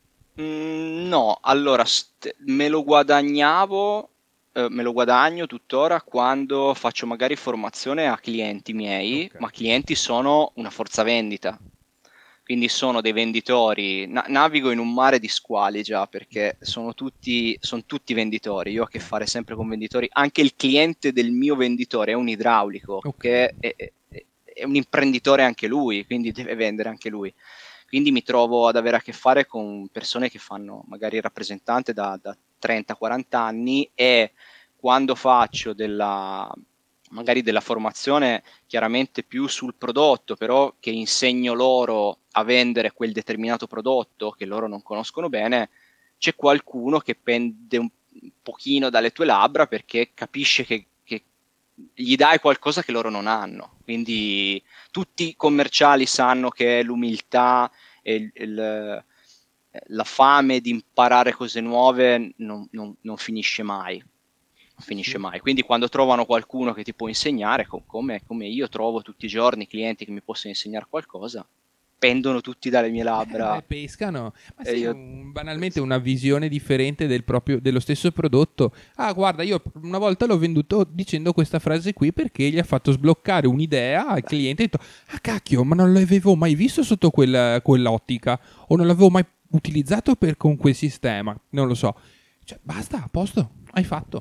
Mm, no, allora st- me lo guadagnavo, eh, me lo guadagno tuttora quando faccio magari formazione a clienti miei, Ok. ma clienti sono una forza vendita, quindi sono dei venditori. Na- navigo in un mare di squali già perché sono tutti, son tutti venditori. Io ho a che fare sempre con venditori. Anche il cliente del mio venditore è un idraulico Ok. che è, è- è un imprenditore anche lui, quindi deve vendere anche lui. Quindi mi trovo ad avere a che fare con persone che fanno magari il rappresentante da, da trenta quaranta anni, e quando faccio della, magari della formazione chiaramente più sul prodotto, però che insegno loro a vendere quel determinato prodotto che loro non conoscono bene, c'è qualcuno che pende un pochino dalle tue labbra perché capisce che, che gli dai qualcosa che loro non hanno. Quindi tutti i commerciali sanno che l'umiltà e il, il, la fame di imparare cose nuove non, non, non finisce mai. Non finisce Sì. mai. Quindi quando trovano qualcuno che ti può insegnare, come, come io trovo tutti i giorni clienti che mi possono insegnare qualcosa, pendono tutti dalle mie Eh, beh, labbra. pescano. Ma E sì, io... un- banalmente una visione differente del proprio, dello stesso prodotto. Ah, guarda, io una volta l'ho venduto dicendo questa frase qui perché gli ha fatto sbloccare un'idea al cliente e ha detto, ah cacchio, ma non l'avevo mai visto sotto quella, quell'ottica o non l'avevo mai utilizzato per, con quel sistema. Non lo so. Cioè, basta, a posto, hai fatto.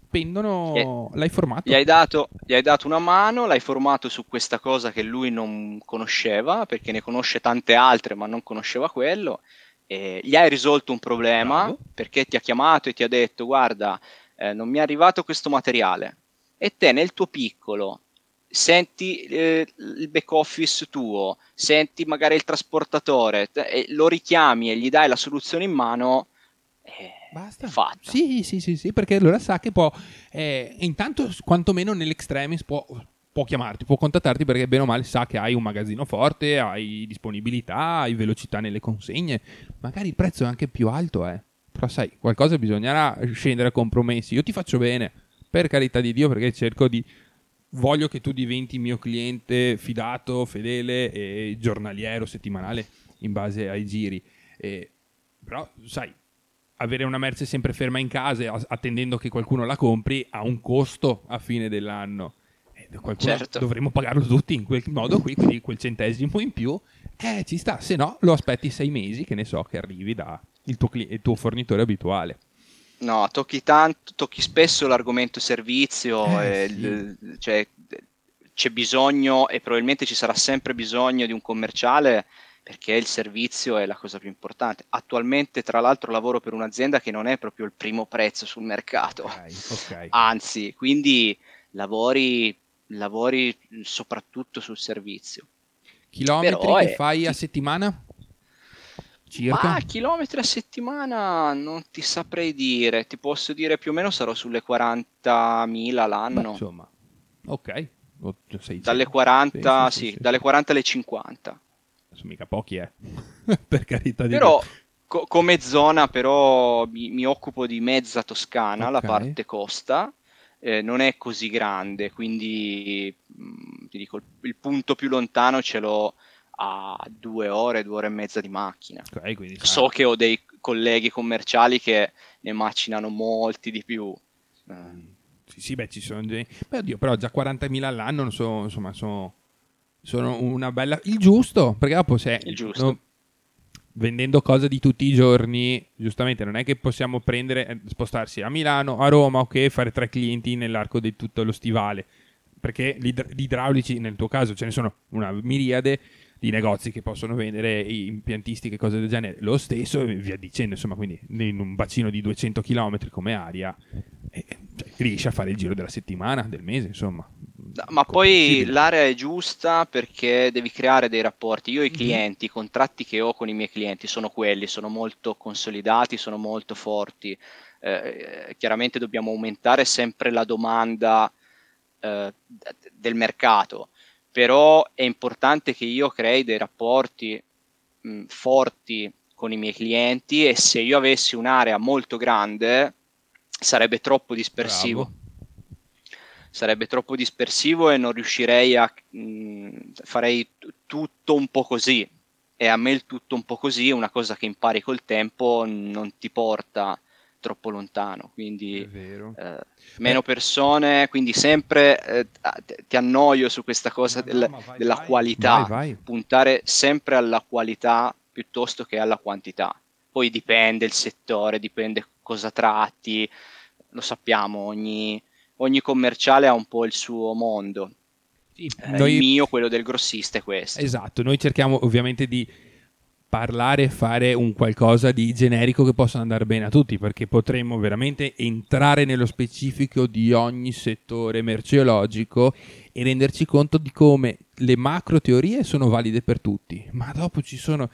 Pendono, l'hai Gli formato. hai dato, gli hai dato una mano, l'hai formato su questa cosa che lui non conosceva, perché ne conosce tante altre, ma non conosceva quello. E gli hai risolto un problema Bravo. perché ti ha chiamato e ti ha detto: Guarda, eh, non mi è arrivato questo materiale. E te, nel tuo piccolo, senti eh, il back office tuo, senti magari il trasportatore, te- e lo richiami e gli dai la soluzione in mano, eh, è Basta. fatta. Sì, sì, sì, sì, perché allora sa che può, eh, intanto quantomeno nell'extremis può, può chiamarti, può contattarti perché bene o male sa che hai un magazzino forte, hai disponibilità, hai velocità nelle consegne. Magari il prezzo è anche più alto, eh. Però sai, qualcosa bisognerà scendere a compromessi. Io ti faccio bene, per carità di Dio, perché cerco di... Voglio che tu diventi mio cliente fidato, fedele e giornaliero, settimanale, in base ai giri. E, però, sai, avere una merce sempre ferma in casa attendendo che qualcuno la compri ha un costo a fine dell'anno. E qualcuno Certo. dovremmo pagarlo tutti in quel modo qui, quindi quel centesimo in più, eh, ci sta. Se no, lo aspetti sei mesi, che ne so, che arrivi da il tuo, cli- il tuo fornitore abituale. No, tocchi tanto, tocchi spesso l'argomento servizio, Eh e sì, il- cioè, c'è bisogno e probabilmente ci sarà sempre bisogno di un commerciale perché il servizio è la cosa più importante. Attualmente, tra l'altro, lavoro per un'azienda che non è proprio il primo prezzo sul mercato, ok, ok. anzi, quindi lavori, lavori soprattutto sul servizio. Chilometri Però che è, fai a ti, settimana? Circa? ma chilometri a settimana non ti saprei dire, ti posso dire più o meno sarò sulle quarantamila Beh, l'anno, insomma, ok. O dalle seicento. Sì, sì, quaranta, sì, sì, sì, dalle sì. quaranta alle cinquanta. Sono mica pochi, eh. Per carità di Dio. Però co- come zona però mi, mi occupo di mezza Toscana, la Ok. parte costa, eh, non è così grande, quindi mh, ti dico, il, il punto più lontano ce l'ho a due ore, due ore e mezza di macchina. Ok, quindi So sa. che ho dei colleghi commerciali che ne macinano molti di più. Eh, Sì, sì, sì, beh, ci sono dei... Beh, oddio, però già quarantamila all'anno, non so, insomma, sono, sono una bella... Il giusto, perché dopo se... il giusto. no, vendendo cose di tutti i giorni, giustamente non è che possiamo prendere, eh, spostarsi a Milano, a Roma, ok, fare tre clienti nell'arco di tutto lo stivale, perché gli, idra- gli idraulici, nel tuo caso, ce ne sono una miriade di negozi che possono vendere impiantistiche e cose del genere, lo stesso e via dicendo, insomma, quindi in un bacino di duecento chilometri come area, eh, cioè, riesci a fare il giro della settimana, del mese, insomma. Ma poi l'area è giusta perché devi creare dei rapporti. Io i clienti, i contratti che ho con i miei clienti sono quelli, sono molto consolidati, sono molto forti. Eh, chiaramente dobbiamo aumentare sempre la domanda eh, del mercato, però è importante che io crei dei rapporti mh, forti con i miei clienti, e se io avessi un'area molto grande sarebbe troppo dispersivo. Bravo. Sarebbe troppo dispersivo e non riuscirei a mh, farei t- tutto un po' così, e a me il tutto un po' così è una cosa che impari col tempo, non ti porta troppo lontano, quindi È vero. eh, meno persone, quindi sempre eh, ti annoio su questa cosa no, del, no, vai, della vai. qualità, vai, vai. puntare sempre alla qualità piuttosto che alla quantità. Poi dipende il settore, dipende cosa tratti, lo sappiamo, ogni ogni commerciale ha un po' il suo mondo. Sì, Eh, noi... il mio, quello del grossista, è questo. Esatto, noi cerchiamo ovviamente di parlare e fare un qualcosa di generico che possa andare bene a tutti, perché potremmo veramente entrare nello specifico di ogni settore merceologico e renderci conto di come le macro teorie sono valide per tutti, ma dopo ci sono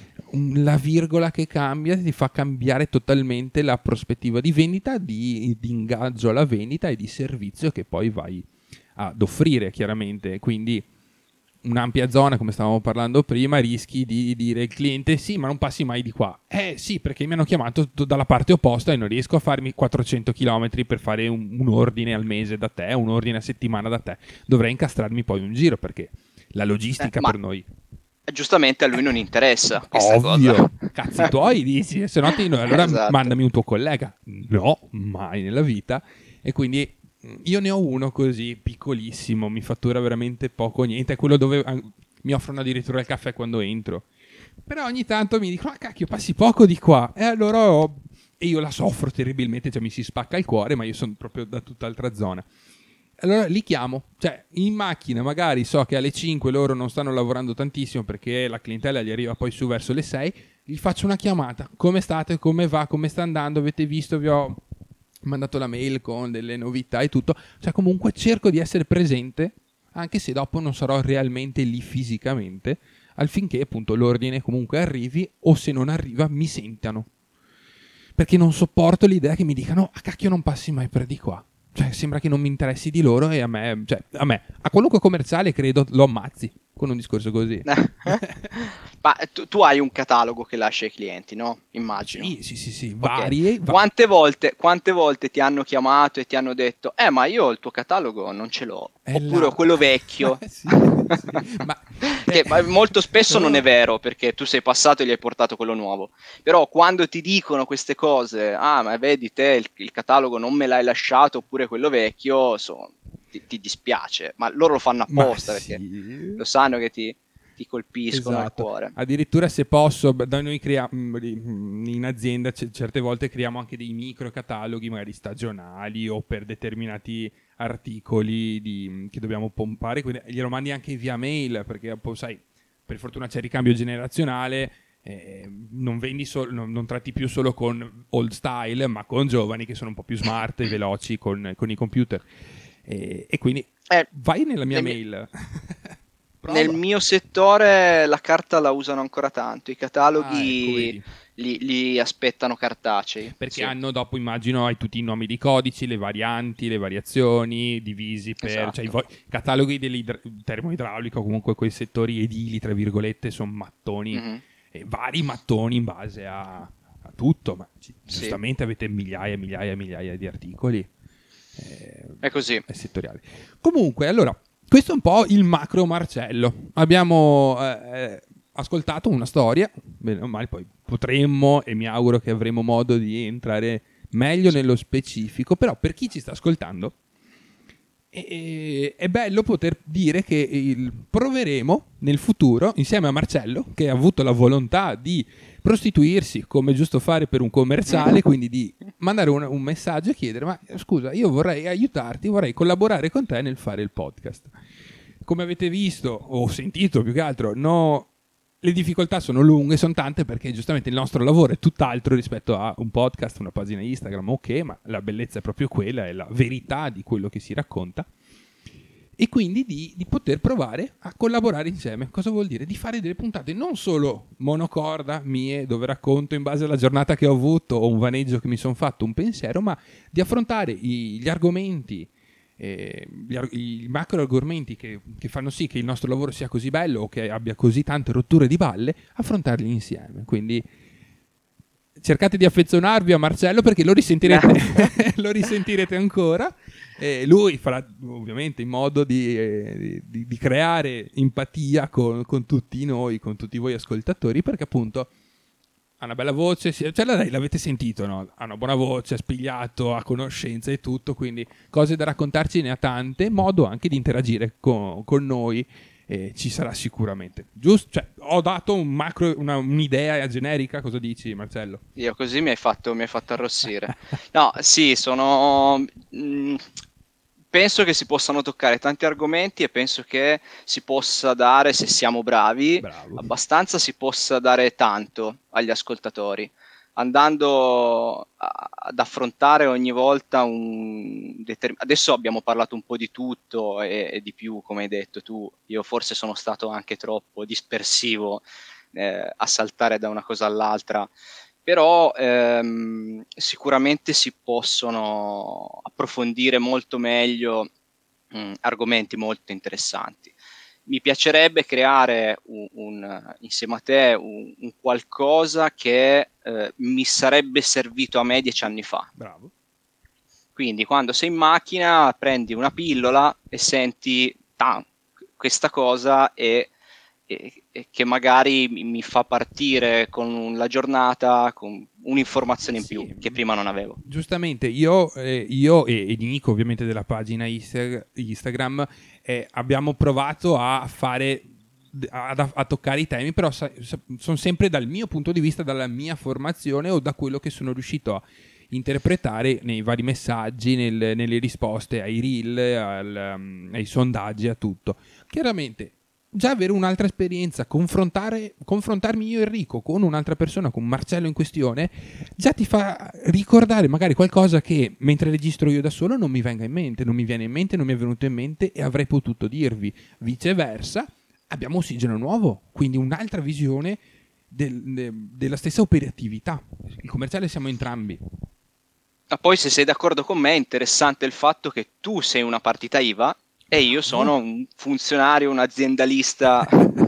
la virgola che cambia, ti fa cambiare totalmente la prospettiva di vendita, di, di ingaggio alla vendita e di servizio che poi vai ad offrire, chiaramente. Quindi un'ampia zona, come stavamo parlando prima, rischi di dire al cliente sì, ma non passi mai di qua. Eh sì, perché mi hanno chiamato dalla parte opposta e non riesco a farmi quattrocento chilometri per fare un, un ordine al mese da te, un ordine a settimana da te. Dovrei incastrarmi poi un giro, perché la logistica eh, ma... per noi... Giustamente a lui non interessa questa Ovvio, cosa. cazzi tuoi dici, se no ti, no, allora Esatto. mandami un tuo collega. No, mai nella vita. E quindi io ne ho uno così piccolissimo, mi fattura veramente poco niente, è quello dove eh, mi offrono addirittura il caffè quando entro. Però ogni tanto mi dicono, ah cacchio, passi poco di qua. E allora ho... E io la soffro terribilmente, cioè mi si spacca il cuore, ma io sono proprio da tutt'altra zona. Allora li chiamo, cioè in macchina magari so che alle cinque loro non stanno lavorando tantissimo perché la clientela gli arriva poi su verso le sei, gli faccio una chiamata, come state, come va, come sta andando, avete visto, vi ho mandato la mail con delle novità e tutto, cioè comunque cerco di essere presente anche se dopo non sarò realmente lì fisicamente, affinché appunto l'ordine comunque arrivi o se non arriva mi sentano, perché non sopporto l'idea che mi dicano ah cacchio non passi mai per di qua. Cioè, sembra che non mi interessi di loro e a me, cioè, a me, a qualunque commerciale credo lo ammazzi con un discorso così. Ma tu, tu hai un catalogo che lasci ai clienti, no? Immagino. Sì, sì, sì, sì. Okay. Varie. Va- quante, volte, quante volte ti hanno chiamato e ti hanno detto eh ma io il tuo catalogo non ce l'ho, È oppure là. ho quello vecchio. sì, sì. Ma... che ma molto spesso non è vero, perché tu sei passato e gli hai portato quello nuovo. Però quando ti dicono queste cose, ah ma vedi te il, il catalogo non me l'hai lasciato, oppure quello vecchio, so, ti, ti dispiace, ma loro lo fanno apposta ma perché sì. lo sanno che ti, ti colpiscono esatto. il cuore. Addirittura se posso, da noi creiamo in azienda c- certe volte creiamo anche dei micro cataloghi magari stagionali o per determinati articoli di, che dobbiamo pompare, quindi glielo mandi anche via mail perché poi sai, per fortuna c'è ricambio generazionale, eh, non vendi sol- non, non tratti più solo con old style ma con giovani che sono un po' più smart e veloci con, con i computer, e, e quindi eh, vai nella mia nel mail. Nel mio settore la carta la usano ancora tanto, i cataloghi ah, ecco, li, li aspettano cartacei. perché sì. hanno dopo, immagino, hai tutti i nomi dei codici, le varianti, le variazioni, divisi per... Esatto. Cioè, i vo- cataloghi del termoidraulico, comunque quei settori edili, tra virgolette, sono mattoni, Mm-hmm. eh, vari mattoni in base a, a tutto, ma c- Sì. giustamente avete migliaia e migliaia e migliaia di articoli. Eh, È così. È settoriale. Comunque, allora... Questo è un po' il macro Marcello. Abbiamo eh, ascoltato una storia, bene o male, poi potremmo e mi auguro che avremo modo di entrare meglio nello specifico, però per chi ci sta ascoltando è, è bello poter dire che il, proveremo nel futuro, insieme a Marcello, che ha avuto la volontà di prostituirsi come giusto fare per un commerciale, quindi di mandare un, un messaggio e chiedere ma scusa, io vorrei aiutarti, vorrei collaborare con te nel fare il podcast. Come avete visto o sentito più che altro, no, le difficoltà sono lunghe, sono tante perché giustamente il nostro lavoro è tutt'altro rispetto a un podcast, una pagina Instagram, ok, ma la bellezza è proprio quella, è la verità di quello che si racconta. e quindi di, di poter provare a collaborare insieme. Cosa vuol dire? Di fare delle puntate non solo monocorda mie, dove racconto in base alla giornata che ho avuto o un vaneggio che mi sono fatto, un pensiero, ma di affrontare i, gli argomenti, eh, gli, ar- i macro argomenti che, che fanno sì che il nostro lavoro sia così bello o che abbia così tante rotture di balle, affrontarli insieme. Quindi cercate di affezionarvi a Marcello, perché lo risentirete, lo risentirete ancora. Eh, lui farà ovviamente in modo di, eh, di, di creare empatia con, con tutti noi, con tutti voi ascoltatori, perché appunto ha una bella voce, cioè lei l'avete sentito, no? Ha una buona voce, ha spigliato, ha conoscenza e tutto, quindi cose da raccontarci ne ha tante, modo anche di interagire con, con noi. Eh, ci sarà sicuramente, giusto? Cioè, ho dato un macro, una, un'idea generica. Cosa dici, Marcello? Io così mi hai fatto, mi hai fatto arrossire. No, sì, sono mh, penso che si possano toccare tanti argomenti e penso che si possa dare, se siamo bravi, Bravo. abbastanza, si possa dare tanto agli ascoltatori, andando a, ad affrontare ogni volta un determinato... Adesso abbiamo parlato un po' di tutto e, e di più, come hai detto tu. Io forse sono stato anche troppo dispersivo eh, a saltare da una cosa all'altra, però ehm, sicuramente si possono approfondire molto meglio mh, argomenti molto interessanti. Mi piacerebbe creare un, un, insieme a te un, un qualcosa che eh, mi sarebbe servito a me dieci anni fa. Bravo. Quindi quando sei in macchina prendi una pillola e senti tam, questa cosa e, e, e che magari mi fa partire con la giornata con un'informazione in Sì, più che prima non avevo. Giustamente, io, eh, io e, e Nico, ovviamente della pagina Insta- Instagram, eh, abbiamo provato a fare, a, a toccare i temi, però sa, sa, sono sempre dal mio punto di vista, dalla mia formazione o da quello che sono riuscito a interpretare nei vari messaggi, nel, nelle risposte ai reel, al, um, ai sondaggi, a tutto. Chiaramente già avere un'altra esperienza, confrontare, confrontarmi io e Enrico con un'altra persona, con Marcello in questione, già ti fa ricordare magari qualcosa che mentre registro io da solo non mi venga in mente, non mi viene in mente, non mi è venuto in mente e avrei potuto dirvi. Viceversa, abbiamo ossigeno nuovo, quindi un'altra visione del, de, della stessa operatività. Il commerciale siamo entrambi. Ma poi, se sei d'accordo con me, è interessante il fatto che tu sei una partita I V A e io sono un funzionario, un aziendalista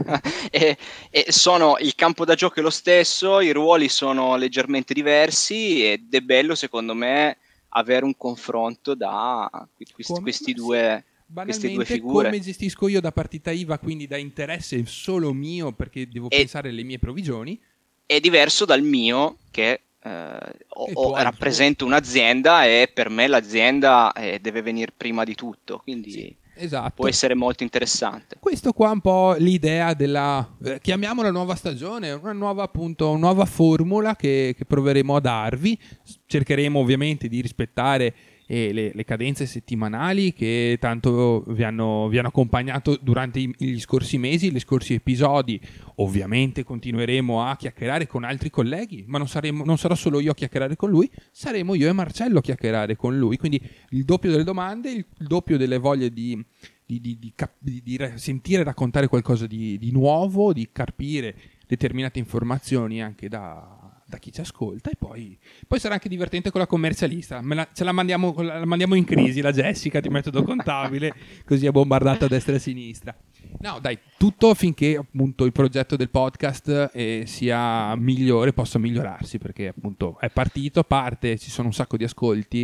e, e sono, il campo da gioco è lo stesso, i ruoli sono leggermente diversi ed è bello secondo me avere un confronto da questi, Come? questi Sì. due, queste due figure. Come gestisco io da partita I V A, quindi da interesse solo mio, perché devo e, pensare alle mie provvigioni. È diverso dal mio che eh, o, o rappresento un'azienda e per me l'azienda eh, deve venire prima di tutto, quindi sì, esatto. Può essere molto interessante. Questo qua è un po' l'idea della, eh, chiamiamola nuova stagione, una nuova appunto, una nuova formula che, che proveremo a darvi. Cercheremo ovviamente di rispettare eh, le, le cadenze settimanali che tanto vi hanno, vi hanno accompagnato durante i, gli scorsi mesi, gli scorsi episodi. Ovviamente continueremo a chiacchierare con altri colleghi, ma non, saremo, non sarò solo io a chiacchierare con lui, saremo io e Marcello a chiacchierare con lui. Quindi il doppio delle domande, il, il doppio delle voglie di... Di, di, di, cap- di, di sentire raccontare qualcosa di, di nuovo, di carpire determinate informazioni anche da, da chi ci ascolta, e poi, poi sarà anche divertente con la commercialista. Me la, ce la mandiamo, la mandiamo in crisi, la Jessica di metodo contabile, così è bombardata a destra e a sinistra. No, dai, tutto affinché appunto il progetto del podcast eh, sia migliore, possa migliorarsi, perché appunto è partito, parte, ci sono un sacco di ascolti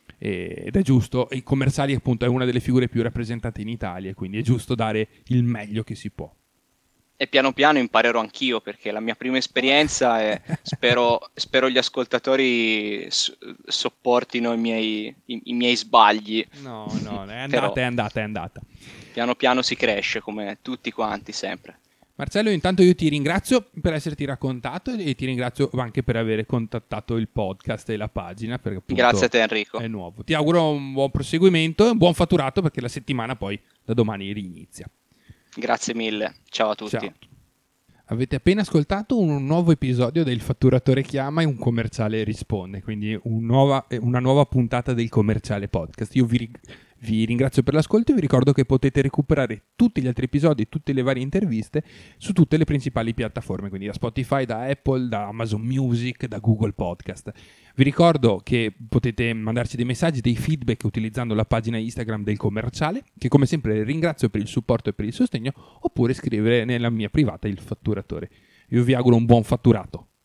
ed è giusto, e i commerciali appunto è una delle figure più rappresentate in Italia, quindi è giusto dare il meglio che si può. E piano piano imparerò anch'io, perché la mia prima esperienza è, spero, spero gli ascoltatori s- sopportino i miei, i, i miei sbagli. No, no, è andata, Però, è andata, è andata. Piano piano si cresce, come tutti quanti, sempre. Marcello, intanto io ti ringrazio per esserti raccontato e ti ringrazio anche per aver contattato il podcast e la pagina, perché appunto Grazie a te, Enrico. È nuovo. Ti auguro un buon proseguimento e un buon fatturato, perché la settimana poi da domani rinizia. Grazie mille, ciao a tutti. Ciao. Avete appena ascoltato un nuovo episodio del Fatturatore Chiama e un commerciale risponde, quindi un nuova, una nuova puntata del Commerciale Podcast. Io vi, Vi ringrazio per l'ascolto e vi ricordo che potete recuperare tutti gli altri episodi, tutte le varie interviste su tutte le principali piattaforme, quindi da Spotify, da Apple, da Amazon Music, da Google Podcast. Vi ricordo che potete mandarci dei messaggi, dei feedback utilizzando la pagina Instagram del Commerciale, che come sempre ringrazio per il supporto e per il sostegno, oppure scrivere nella mia privata Il Fatturatore. Io vi auguro un buon fatturato.